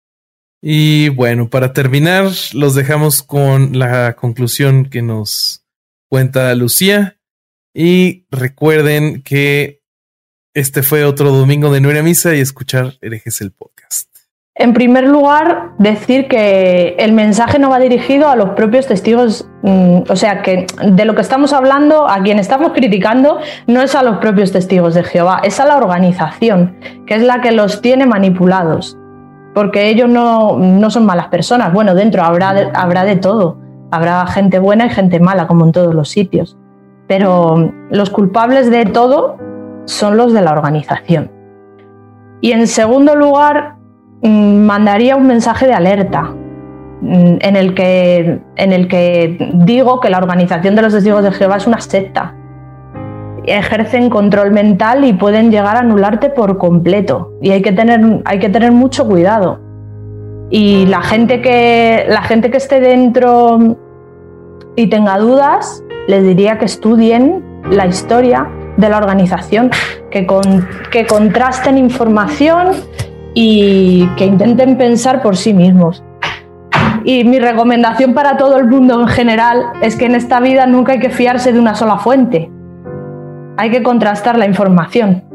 Speaker 3: Y bueno, para terminar, los dejamos con la conclusión que nos cuenta Lucía. Y recuerden que este fue otro domingo de no ir a misa y escuchar Herejes el podcast.
Speaker 5: En primer lugar, decir que el mensaje no va dirigido a los propios testigos, o sea, que de lo que estamos hablando, a quien estamos criticando, no es a los propios testigos de Jehová, es a la organización, que es la que los tiene manipulados, porque ellos no son malas personas. Bueno, dentro habrá de todo, habrá gente buena y gente mala, como en todos los sitios, pero los culpables de todo son los de la organización. Y en segundo lugar, mandaría un mensaje de alerta en el que digo que la organización de los testigos de Jehová es una secta. Ejercen control mental y pueden llegar a anularte por completo, y hay que tener mucho cuidado. Y la gente que esté dentro y tenga dudas, les diría que estudien la historia de la organización, que contrasten información y que intenten pensar por sí mismos. Y mi recomendación para todo el mundo en general es que en esta vida nunca hay que fiarse de una sola fuente. Hay que contrastar la información.